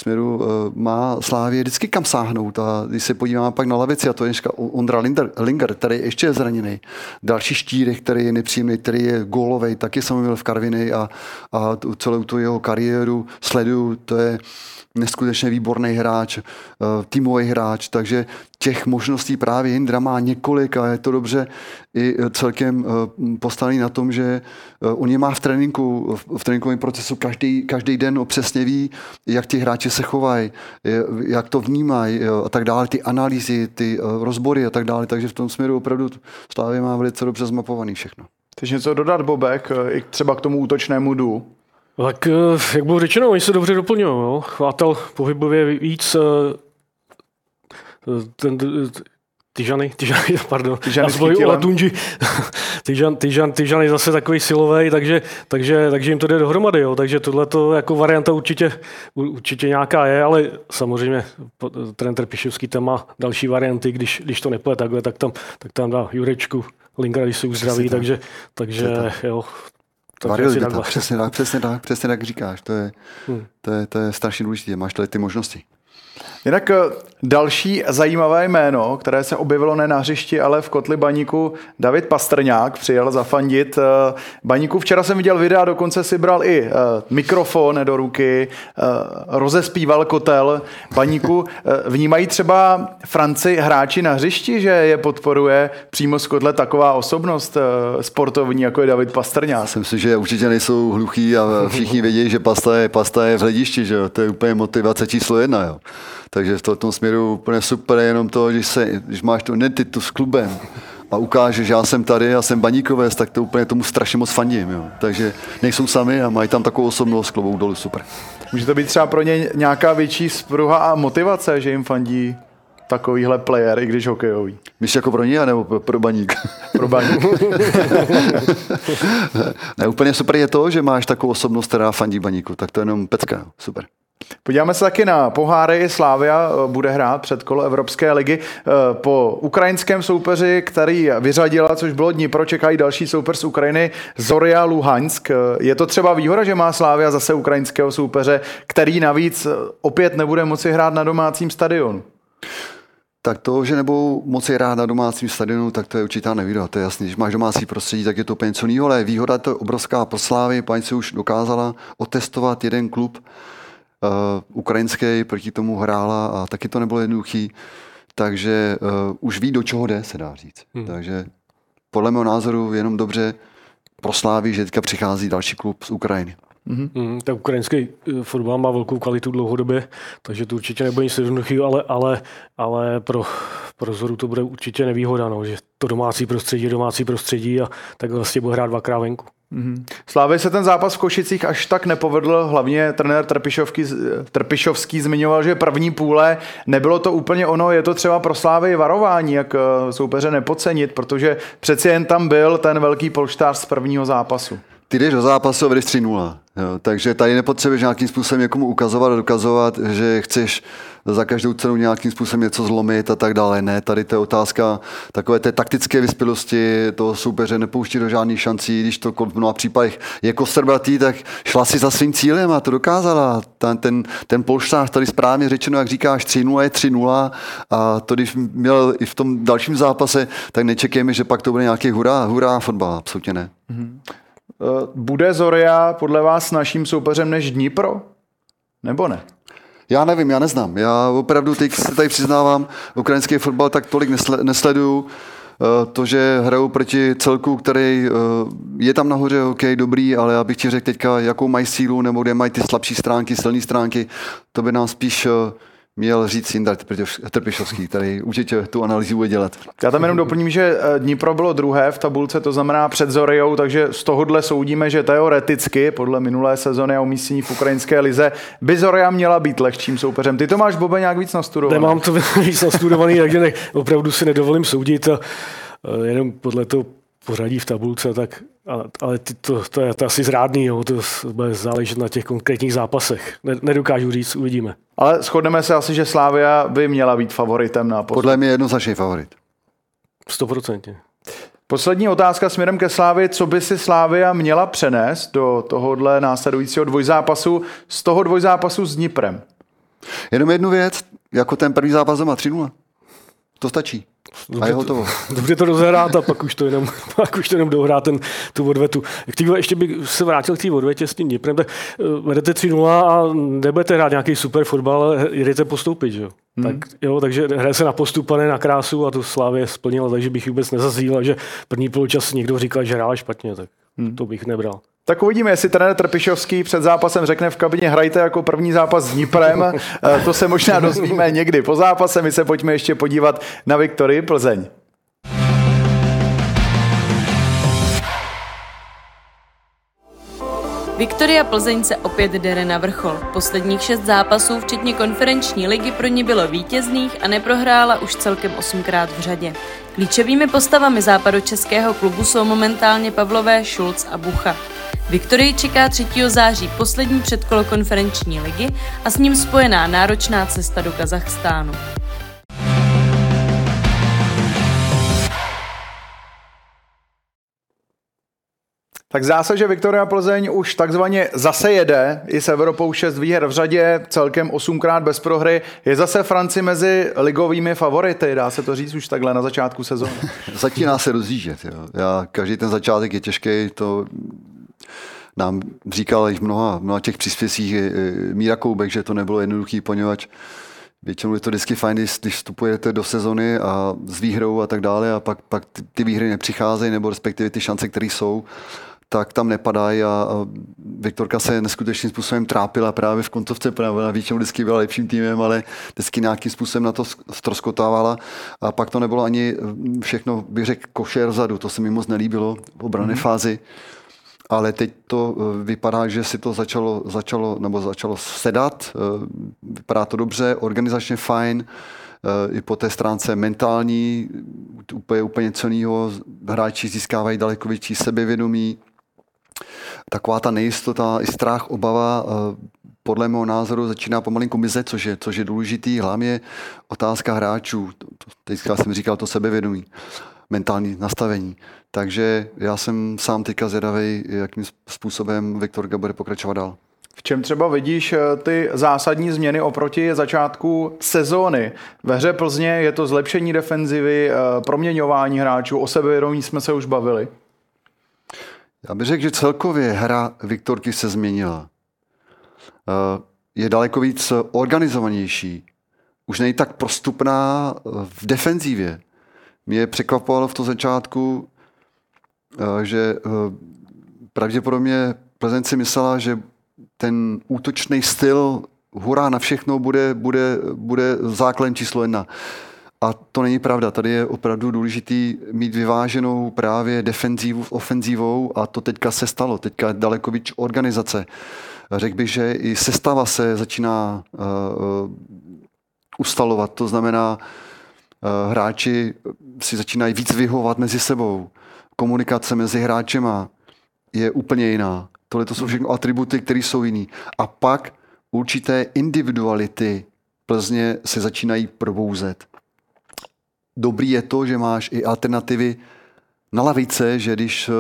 má Slávie vždycky kam sáhnout a když se podíváme pak na lavici a to je Ondra Linger, který je ještě zraněný. Další Štírek, který je nepříjemný, který je gólovej, taky jsem byl v Karvinej a celou tu jeho kariéru sleduju, to je neskutečně výborný hráč, týmový hráč, takže těch možností právě Jindra má několik a je to dobře i celkem postavený na tom, že on je má v tréninkovém procesu každý den přesně ví, jak ti hráči se chovají, jak to vnímají a tak dále, ty analýzy, ty rozbory a tak dále, takže v tom směru opravdu Slavia má velice dobře zmapovaný všechno. Chceš něco dodat, Bobek, i třeba k tomu útočnému duu? Tak, jak bylo řečeno, oni se dobře doplňují. Chvátal pohybově víc, Tyžany, Tyžany zase takový silový, takže jim to jde dohromady. Jo. Takže tohle jako varianta určitě nějaká je, ale samozřejmě trenér Trpišovský tam má další varianty, když to nepůjde takhle, tak tam dá Jurečku, Lingra, když se uzdraví, takže jo. Přesně tak říkáš. To je strašně důležité. Máš tady ty možnosti. Jinak další zajímavé jméno, které se objevilo ne na hřišti, ale v kotli Baníku, David Pastrňák přijel zafandit Baníku. Včera jsem viděl videa, dokonce si bral i mikrofon do ruky, rozespíval kotel Baníku. Vnímají třeba Franci hráči na hřišti, že je podporuje přímo z kotle taková osobnost sportovní, jako je David Pastrňák? Myslím si, že určitě nejsou hluchí a všichni vědí, že pasta je v hledišti, že jo? To je úplně motivace číslo 1. Jo? Takže v tom směru úplně super, jenom to, když máš tu identitu s klubem a ukážeš, že já jsem tady, já jsem Baníkovec, tak to úplně tomu strašně moc fandím. Jo. Takže nejsou sami a mají tam takovou osobnost, klobou dolů, super. Může to být třeba pro ně nějaká větší spruha a motivace, že jim fandí takovýhle player, i když hokejový? Myslíš jako pro ní, nebo pro Baník? Pro Baník. Ne, úplně super je to, že máš takovou osobnost, která fandí Baníku, tak to je jenom pecka, super. Podíváme se taky na poháry. Slavia bude hrát před kolo Evropské ligy. Po ukrajinském soupeři, který vyřadila, což bylo Dnipro, čekají další soupeř z Ukrajiny, Zorya Luhansk. Je to třeba výhoda, že má Slavia zase ukrajinského soupeře, který navíc opět nebude moci hrát na domácím stadionu? Tak to, že nebudou moci hrát na domácím stadionu, tak to je určitá nevýhoda. To je jasný, když máš domácí prostředí, tak je to úplně něco jiného, ale výhoda to je obrovská pro Slávy. Paní se už dokázala otestovat jeden klub ukrajinský, proti tomu hrála a taky to nebylo jednoduchý, takže už ví, do čeho jde, se dá říct. Takže podle mého názoru jenom dobře pro Slávy, že teďka přichází další klub z Ukrajiny. Tak ukrajinský fotbal má velkou kvalitu dlouhodobě, takže to určitě nebude nic jednoduchého, ale pro Zoru to bude určitě nevýhoda, no, že to domácí prostředí a tak vlastně bude hrát dvakrát venku. Slávě se ten zápas v Košicích až tak nepovedl, hlavně trenér Trpišovský zmiňoval, že první půle nebylo to úplně ono, je to třeba pro Slávy varování, jak soupeře nepodcenit, protože přeci jen tam byl ten velký polštář z prvního zápasu. Ty jdeš do zápasu a vedeš 3-0. Jo, takže tady nepotřebuješ nějakým způsobem někomu ukazovat a dokazovat, že chceš za každou cenu nějakým způsobem něco zlomit a tak dále. Ne, tady to je otázka takové té taktické vyspělosti toho soupeře, nepouští do žádných šancí, když to v mnoha případech je kostrbatý, tak šla si za svým cílem a to dokázala. Ten polštář tady správně řečeno, jak říkáš, 3-0 je 3-0 a to, když měl i v tom dalším zápase, tak nečekejme, že pak to bude nějaký hurá fotbal, absolutně ne. Bude Zorya podle vás naším soupeřem než Dnipro? Nebo ne? Já nevím, já neznám. Já opravdu teď se tady přiznávám, ukrajinský fotbal tak tolik nesleduju. To, že hrajou proti celku, který je tam nahoře, ok, dobrý, ale já bych ti řekl teďka, jakou mají sílu, nebo kde mají ty slabší stránky, silné stránky, to by nám spíš měl říct Jindra Trpišovský, který určitě tu analýzu bude dělat. Já tam jenom doplním, že Dnipro bylo druhé v tabulce, to znamená před Zoryou, takže z tohohle soudíme, že teoreticky, podle minulé sezony a umístění v ukrajinské lize, by Zorya měla být lehčím soupeřem. Ty to máš, Bobe, nějak víc nastudovaný? Nemám to víc nastudovaný, takže opravdu si nedovolím soudit a jenom podle toho pořadí v tabulce, tak ale to je asi zrádný, jo, to bude záležet na těch konkrétních zápasech. Nedokážu říct, uvidíme. Ale shodneme se asi, že Slavia by měla být favoritem na postup. Podle mě jednoznačný favorit. 100%. Poslední otázka směrem ke Slávii. Co by si Slavia měla přenést do tohohle následujícího dvojzápasu, z toho dvojzápasu s Dniprem? Jenom jednu věc, jako ten první zápas doma 3-0. To stačí. A je hotovo. Dobře to rozehrát a pak už to jenom dohrát tu odvetu. Ještě bych se vrátil k té odvetě s tím Dniprem, tak vedete 3-0 a nebudete hrát nějaký super fotbal, ale jdete postoupit, že jo? Takže hraje se na postup a ne na krásu a to Slavie splnila, takže bych vůbec nezazíval, že první poločas někdo říkal, že hrála špatně, tak to bych nebral. Tak uvidíme, jestli trenér Trpišovský před zápasem řekne v kabině hrajte jako první zápas s Dniprem. To se možná dozvíme někdy po zápase. My se pojďme ještě podívat na Viktorii Plzeň. Viktoria Plzeň se opět dere na vrchol. Posledních 6 zápasů, včetně konferenční ligy, pro ní bylo vítězných a neprohrála už celkem 8krát v řadě. Klíčovými postavami západočeského klubu jsou momentálně Pavlové, Šulc a Bucha. Viktorii čeká 3. září poslední předkolo konferenční ligy a s ním spojená náročná cesta do Kazachstánu. Tak zdá se, že Viktoria Plzeň už takzvaně zase jede, i s Evropou 6 výher v řadě, celkem 8krát bez prohry. Je zase Franci mezi ligovými favority, dá se to říct už takhle na začátku sezóny. Začíná se rozjíždět. Jo. Každý ten začátek je těžký, to nám říkal i mnoha těch příspěvcích Míra Koubek, že to nebylo jednoduchý, poněvadž většinou je to vždycky fajn, když vstupujete do sezony a s výhrou a tak dále a pak ty výhry nepřicházejí, nebo respektive ty šance, které jsou, tak tam nepadají a Viktorka se neskutečným způsobem trápila právě v koncovce, protože ona většinou vždycky byla lepším týmem, ale vždycky nějakým způsobem na to ztroskotávala a pak to nebylo ani všechno, bych řekl, košer vzadu, to se mi moc nelíbilo v obranné fázi. Ale teď to vypadá, že si to začalo sedat, vypadá to dobře, organizačně fajn, i po té stránce mentální, úplně něco jiného. Hráči získávají daleko větší sebevědomí. Taková ta nejistota, i strach, obava, podle mého názoru začíná pomalinku mizet, což je důležitý. Hlavně otázka hráčů. Teďka jsem říkal to sebevědomí, mentální nastavení. Takže já jsem sám teďka zvědavý, jakým způsobem Viktorka bude pokračovat dál. V čem třeba vidíš ty zásadní změny oproti začátku sezóny? Ve hře Plzně je to zlepšení defenzivy, proměňování hráčů, o sebevědomí jsme se už bavili. Já bych řekl, že celkově hra Viktorky se změnila. Je daleko víc organizovanější. Už není tak prostupná v defenzivě. Mě překvapovalo v tom začátku, že pravděpodobně Plzeň si myslela, že ten útočný styl hurá na všechno bude základem číslo 1. A to není pravda. Tady je opravdu důležitý mít vyváženou právě defenzivu s ofenzivou a to teďka se stalo. Teďka je daleko víc organizace. Řekl bych, že i sestava se začíná ustalovat. To znamená, hráči si začínají víc vyhovovat mezi sebou. Komunikace mezi hráčema je úplně jiná. Tohle to jsou všechno atributy, které jsou jiný. A pak určité individuality Plzně se začínají probouzet. Dobrý je to, že máš i alternativy na lavice, že když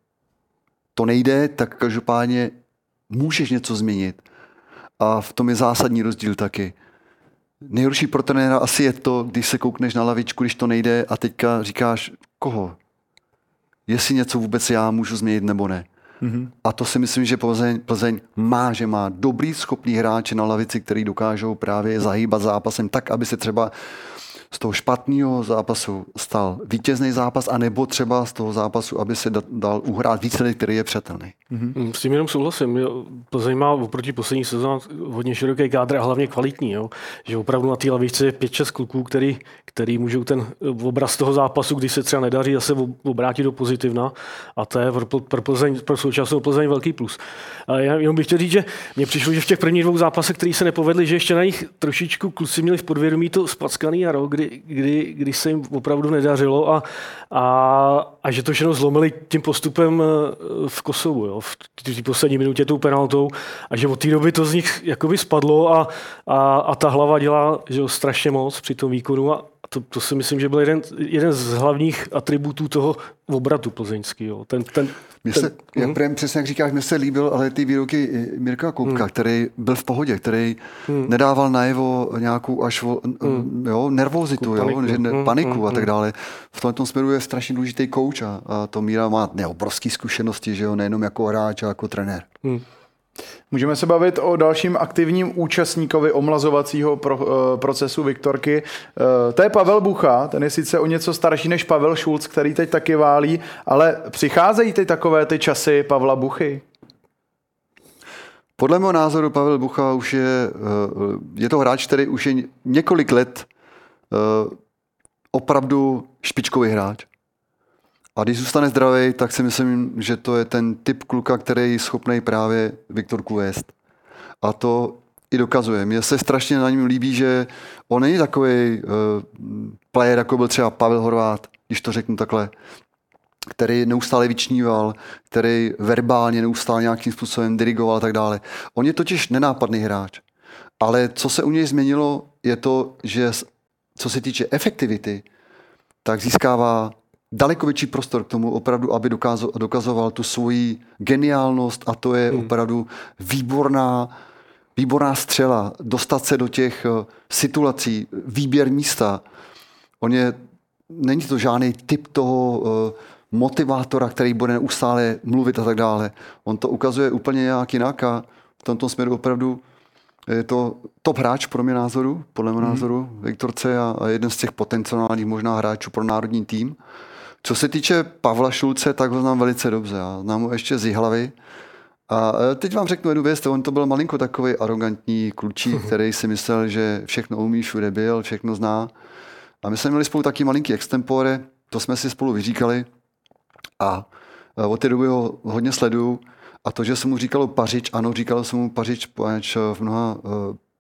to nejde, tak každopádně můžeš něco změnit. A v tom je zásadní rozdíl taky. Nejhorší pro trenéra asi je to, když se koukneš na lavičku, když to nejde a teďka říkáš, koho? Jestli něco vůbec já můžu změnit nebo ne. Mm-hmm. A to si myslím, že Plzeň má, že má dobrý, schopný hráče na lavici, který dokážou právě zahýbat zápasem tak, aby se třeba z toho špatného zápasu stal vítězný zápas, anebo třeba z toho zápasu, aby se dal uhrát výsledek, který je přetelný. Mm-hmm. S tím jenom souhlasím. Plzeň má oproti poslední sezóně hodně široký kádr a hlavně kvalitní. Jo? Že opravdu na té lavici je 5-6 kluků, který můžou ten obraz toho zápasu, když se třeba nedaří, zase obrátit do pozitivna. A to je pro současnou Plzeň velký plus. A já jenom bych chtěl říct, že mně přišlo, že v těch prvních 2 zápasech, které se nepovedly, že ještě na nich trošičku kluci měli v podvědomí to spackaný jaro, kdy se jim opravdu nedařilo a že to všechno zlomili tím postupem v Kosovu, jo, v té poslední minutě tou penaltou a že od té doby to z nich jakoby spadlo a ta hlava dělá že jo, strašně moc při tom výkonu a to si myslím, že byl jeden z hlavních atributů toho obratu plzeňského. Přesně jak říkáš, mi se líbil, ale ty výroky Mirka Koubka, který byl v pohodě, který nedával najevo nějakou až nervozitu, paniku a tak dále. V tomto směru je strašně důležitý kouč a to Míra má obrovské zkušenosti, že jo, nejenom jako hráč, ale jako trenér. Můžeme se bavit o dalším aktivním účastníkovi omlazovacího procesu Viktorky. To je Pavel Bucha, ten je sice o něco starší než Pavel Šulc, který teď taky válí, ale přicházejí ty takové ty časy Pavla Buchy? Podle mého názoru Pavel Bucha už je to hráč, který už je několik let opravdu špičkový hráč. A když zůstane zdravý, tak si myslím, že to je ten typ kluka, který je schopný právě Viktorku vést. A to i dokazuje. Mně se strašně na něm líbí, že on není takový player, jako byl třeba Pavel Horváth, když to řeknu takhle, který neustále vyčníval, který verbálně neustále nějakým způsobem dirigoval a tak dále. On je totiž nenápadný hráč. Ale co se u něj změnilo, je to, že co se týče efektivity, tak získává daleko větší prostor k tomu opravdu, aby dokazoval tu svoji geniálnost a to je opravdu výborná střela. Dostat se do těch situací, výběr místa. Není to žádný typ toho motivátora, který bude neustále mluvit a tak dále. On to ukazuje úplně nějak jinak a v tomto směru opravdu je to top hráč podle mého názoru Viktorce a jeden z těch potenciálních možná hráčů pro národní tým. Co se týče Pavla Šulce, tak ho znám velice dobře. Já znám ho ještě z Jihlavy. A teď vám řeknu jednu věc, on to byl malinko takový arrogantní klučík, který si myslel, že všechno umí, všude byl, všechno zná. A my jsme měli spolu taky malinký extempore, to jsme si spolu vyříkali a od té doby ho hodně sleduju. A to, že jsem mu říkal Pařič, ano, říkal jsem mu Pařič, poněvadž v mnoha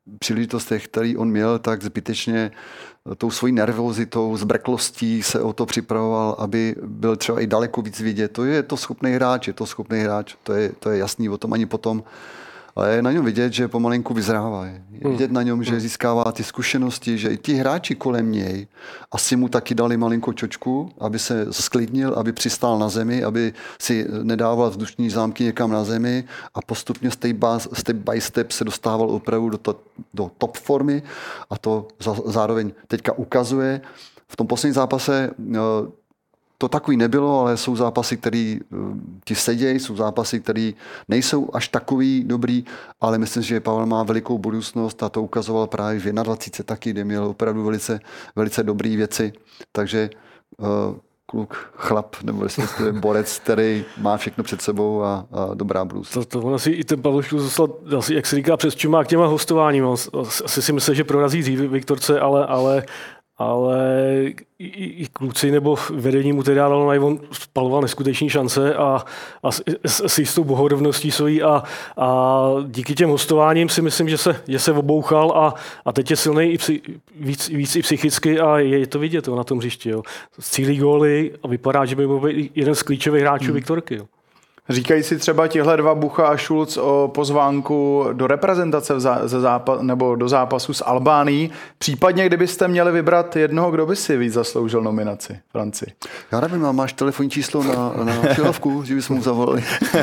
příležitostech, který on měl, tak zbytečně tou svojí nervozitou, zbrklostí se o to připravoval, aby byl třeba i daleko víc vidět. To je to schopný hráč, to je jasný, o tom ani potom. Ale je na něm vidět, že pomalinku vyzrává. Je vidět na něm, že získává ty zkušenosti, že i ti hráči kolem něj asi mu taky dali malinko čočku, aby se sklidnil, aby přistál na zemi, aby si nedával vzdušní zámky někam na zemi a postupně step by step se dostával opravdu do top formy a to zároveň teďka ukazuje. V tom posledním zápase to takový nebylo, ale jsou zápasy, které ti sedějí, jsou zápasy, které nejsou až takový dobrý, ale myslím, že Pavel má velikou budoucnost a to ukazoval právě v 21 taky, kde měl opravdu velice, velice dobré věci. Takže chlap, nebo respektive borec, který má všechno před sebou a dobrá budoucnost. To on asi i ten Pavel Šulc zaslal, jak se říká, přes čumák těma hostováním. Asi si myslel, že prorazí dřív Viktorce, ale i kluci nebo vedení mu tedy dalo on spaloval neskutečný šance a s jistou bohorovností svojí a díky těm hostováním si myslím, že se obouchal a teď je silný víc i psychicky a je to vidět na tom hřišti. Cílí góly a vypadá, že by mohl být jeden z klíčových hráčů Viktorky. Jo. Říkají si třeba tihle dva, Bucha a Šulc, o pozvánku do reprezentace nebo do zápasu s Albánií. Případně, kdybyste měli vybrat jednoho, kdo by si víc zasloužil nominaci, Franci? Já nevím, máš telefonní číslo na přilavku, že bys mu zavolali.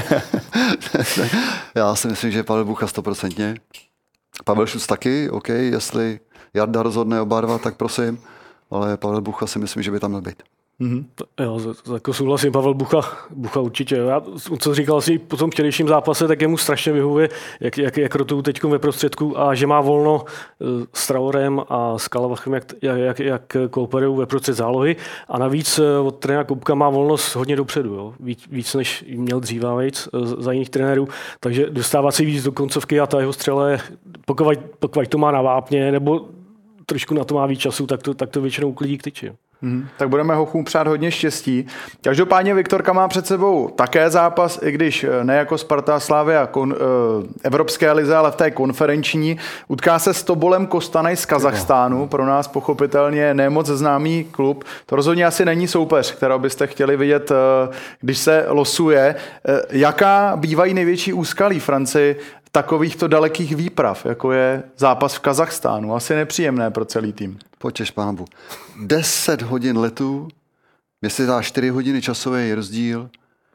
Já si myslím, že Pavel Bucha 100%. Pavel Šulc taky, OK, jestli Jarda rozhodne oba dva, tak prosím, ale Pavel Bucha si myslím, že by tam měl být. Mm-hmm. Jo, jako souhlasím, Pavel Bucha určitě. Já, co říkal si po tom včerejším zápase, tak jemu strašně vyhovuje, jak rotují teď ve prostředku a že má volno s Traorem a s Kalavachem, jak kooperují ve prostřed zálohy. A navíc od trenéra Koubka má volnost hodně dopředu, jo? Víc než měl dřívávějc za jiných trenérů, takže dostává si víc do koncovky a ta jeho střela je, pokud to má na vápně, nebo trošku na to má víc času, tak to většinou uklidí k tyči. Tak budeme Hochům přát hodně štěstí. Každopádně Viktorka má před sebou také zápas, i když ne jako Sparta Slavia Evropské lize, ale v té konferenční. Utká se s Tobolem Kostanaj z Kazachstánu, pro nás pochopitelně nemoc známý klub. To rozhodně asi není soupeř, kterého byste chtěli vidět, když se losuje. Jaká bývají největší úskalí, Franci, takovýchto dalekých výprav, jako je zápas v Kazachstánu? Asi nepříjemné pro celý tým. Počeš, pánu. 10 hodin letu, jestli dá 4 hodiny časový rozdíl,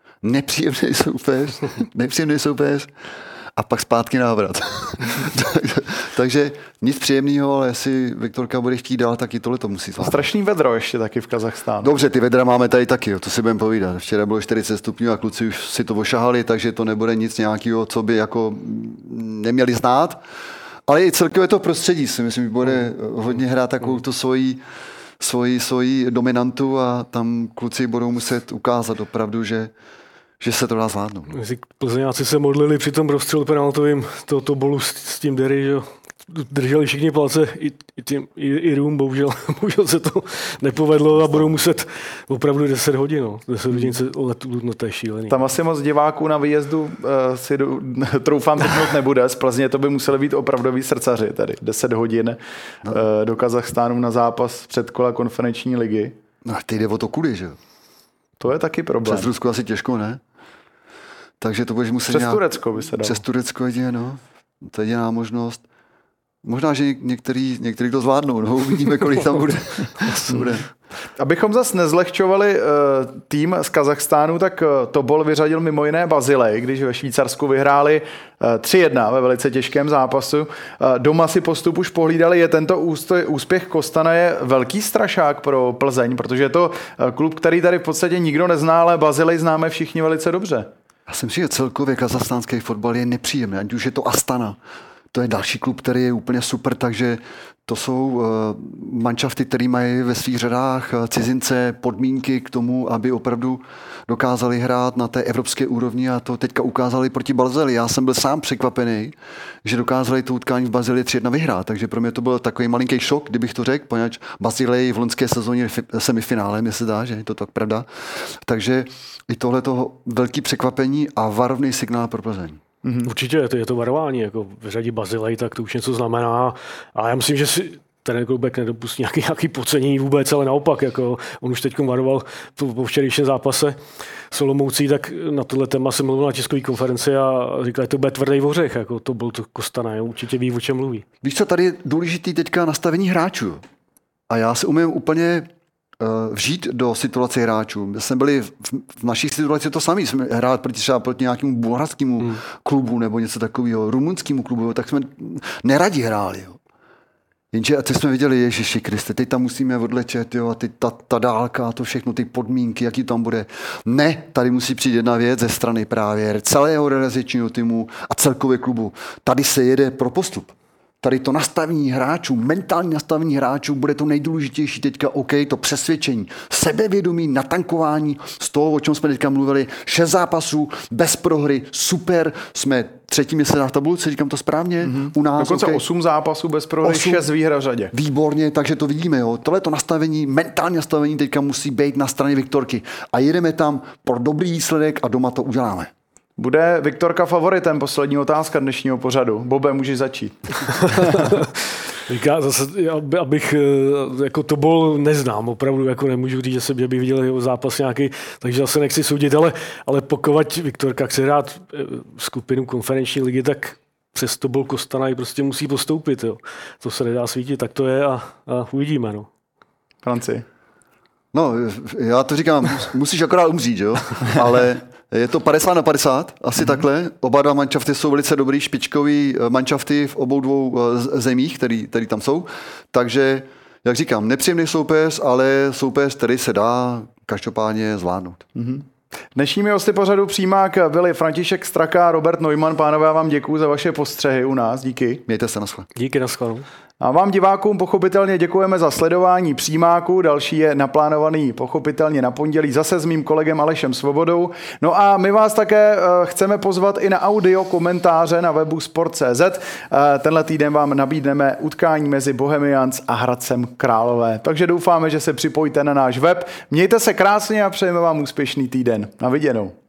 nepříjemný soupeř a pak zpátky návrat. Takže nic příjemného, ale jestli Viktorka bude chtít dál, tak i tohle to musí zvládnout. Strašný vedro ještě taky v Kazachstánu. Dobře, ty vedra máme tady taky, to si budeme povídat. Včera bylo 40 stupňů a kluci už si to ošahali, takže to nebude nic nějakého, co by jako neměli znát. Ale i celkově to prostředí si myslím, že bude hodně hrát takovou tu svoji dominantu a tam kluci budou muset ukázat opravdu, že se to dá zvládnout. Plzeňáci se modlili při tom rozstřelu penaltovým to bolu s tím Derry, že drželi všichni palce i Rům, bohužel se to nepovedlo a budou muset opravdu 10 hodin. 10 hodin se letu, to je šílený. Tam asi moc diváků na výjezdu si troufám trhnout nebude. Z Plzně to by museli být opravdoví srdcaři, tedy 10 hodin do Kazachstánu na zápas předkola konferenční ligy. No a teď jde o to kudy, že jo? To je taky problém. Přes Rusko asi těžko, ne? Takže to budeš muset přes Turecko by se dalo. Přes Turecko jedině, no. To je jediná možnost. Možná, že některý to zvládnou, no, uvidíme, kolik tam bude. Abychom zase nezlehčovali tým z Kazachstánu, tak Tobol vyřadil mimo jiné Bazilej, když ve Švýcarsku vyhráli 3-1 ve velice těžkém zápasu. Doma si postup už pohlídali. Je tento úspěch Kostanaje velký strašák pro Plzeň, protože je to klub, který tady v podstatě nikdo nezná, ale Bazilej známe všichni velice dobře. Já si myslím, že celkově kazachstánský fotbal je nepříjemný, ať už je to Astana. To je další klub, který je úplně super, takže to jsou manšafty, které mají ve svých řadách cizince, podmínky k tomu, aby opravdu dokázali hrát na té evropské úrovni a to teďka ukázali proti Bazilii. Já jsem byl sám překvapený, že dokázali to utkání v Bazilii 3-1 vyhrát, takže pro mě to byl takový malinký šok, kdybych to řekl, poněvadž Bazilii v loňské sezóně semifinále, mi se dá, že je to tak pravda. Takže i tohle toho velký překvapení a varovný signál pro Plzeň. Určitě je to varování, jako vyřadit Bazilej, tak to už něco znamená. A já myslím, že si ten Koubek nedopustí nějaký podcenění vůbec, ale naopak, jako on už teď varoval po včerejším zápase s Olomoucí, tak na tohle téma se mluvil na tiskové konferenci a říkal, že to bude tvrdý ořech, jako to byl to Kostana, určitě ví, o čem mluví. Víš co, tady je důležitý teďka nastavení hráčů. A já si umím úplně vžít do situace hráčů. My jsme byli v našich situacích to samé. Jsme hrát proti nějakému bulharskému klubu nebo něco takového, rumunskému klubu, tak jsme neradi hráli. Jo. Jenže a teď jsme viděli, Ježiši Kriste, teď tam musíme odletět, jo, a ta dálka, to všechno, ty podmínky, jaký tam bude. Ne, tady musí přijít jedna věc ze strany právě celého realizačního týmu a celkově klubu. Tady se jede pro postup. Tady to nastavení hráčů, mentální nastavení hráčů bude to nejdůležitější teďka, OK, to přesvědčení, sebevědomí, natankování z toho, o čem jsme teďka mluvili, 6 zápasů, bez prohry, super, jsme 3. místě v tabulce, říkám to správně, u nás. Dokonce okay. 8 zápasů bez prohry, 6 výher v řadě. Výborně, takže to vidíme, jo. Tohle to nastavení, mentální nastavení teďka musí být na straně Viktorky a jedeme tam pro dobrý výsledek a doma to uděláme. Bude Viktorka favoritem? Poslední otázka dnešního pořadu. Bobe, můžeš začít. Říká zase, abych jako to bol neznám, opravdu jako nemůžu říct, že bych viděl jeho zápas nějaký, takže zase nechci soudit, ale pokud Viktorka chce hrát skupinu konferenční ligy, tak přes to bol Kostana i prostě musí postoupit. Jo. To se nedá svítit, tak to je a uvidíme. No. Franci. No, já to říkám, musíš akorát umřít, jo? Ale je to 50-50, asi takhle. Oba dva manšafty jsou velice dobrý, špičkový manšafty v obou dvou zemích, který tam jsou. Takže, jak říkám, nepříjemný soupeř, ale soupeř, který se dá každopádně zvládnout. Dnešními hosty pořadu Přímák byli František Straka a Robert Neumann. Pánové, já vám děkuju za vaše postřehy u nás. Díky. Mějte se, naschle. Díky, naschle. A vám divákům pochopitelně děkujeme za sledování Přímáku. Další je naplánovaný pochopitelně na pondělí zase s mým kolegem Alešem Svobodou. No a my vás také chceme pozvat i na audio komentáře na webu sport.cz. Tenhle týden vám nabídneme utkání mezi Bohemians a Hradcem Králové. Takže doufáme, že se připojíte na náš web. Mějte se krásně a přejeme vám úspěšný týden. Na viděnou.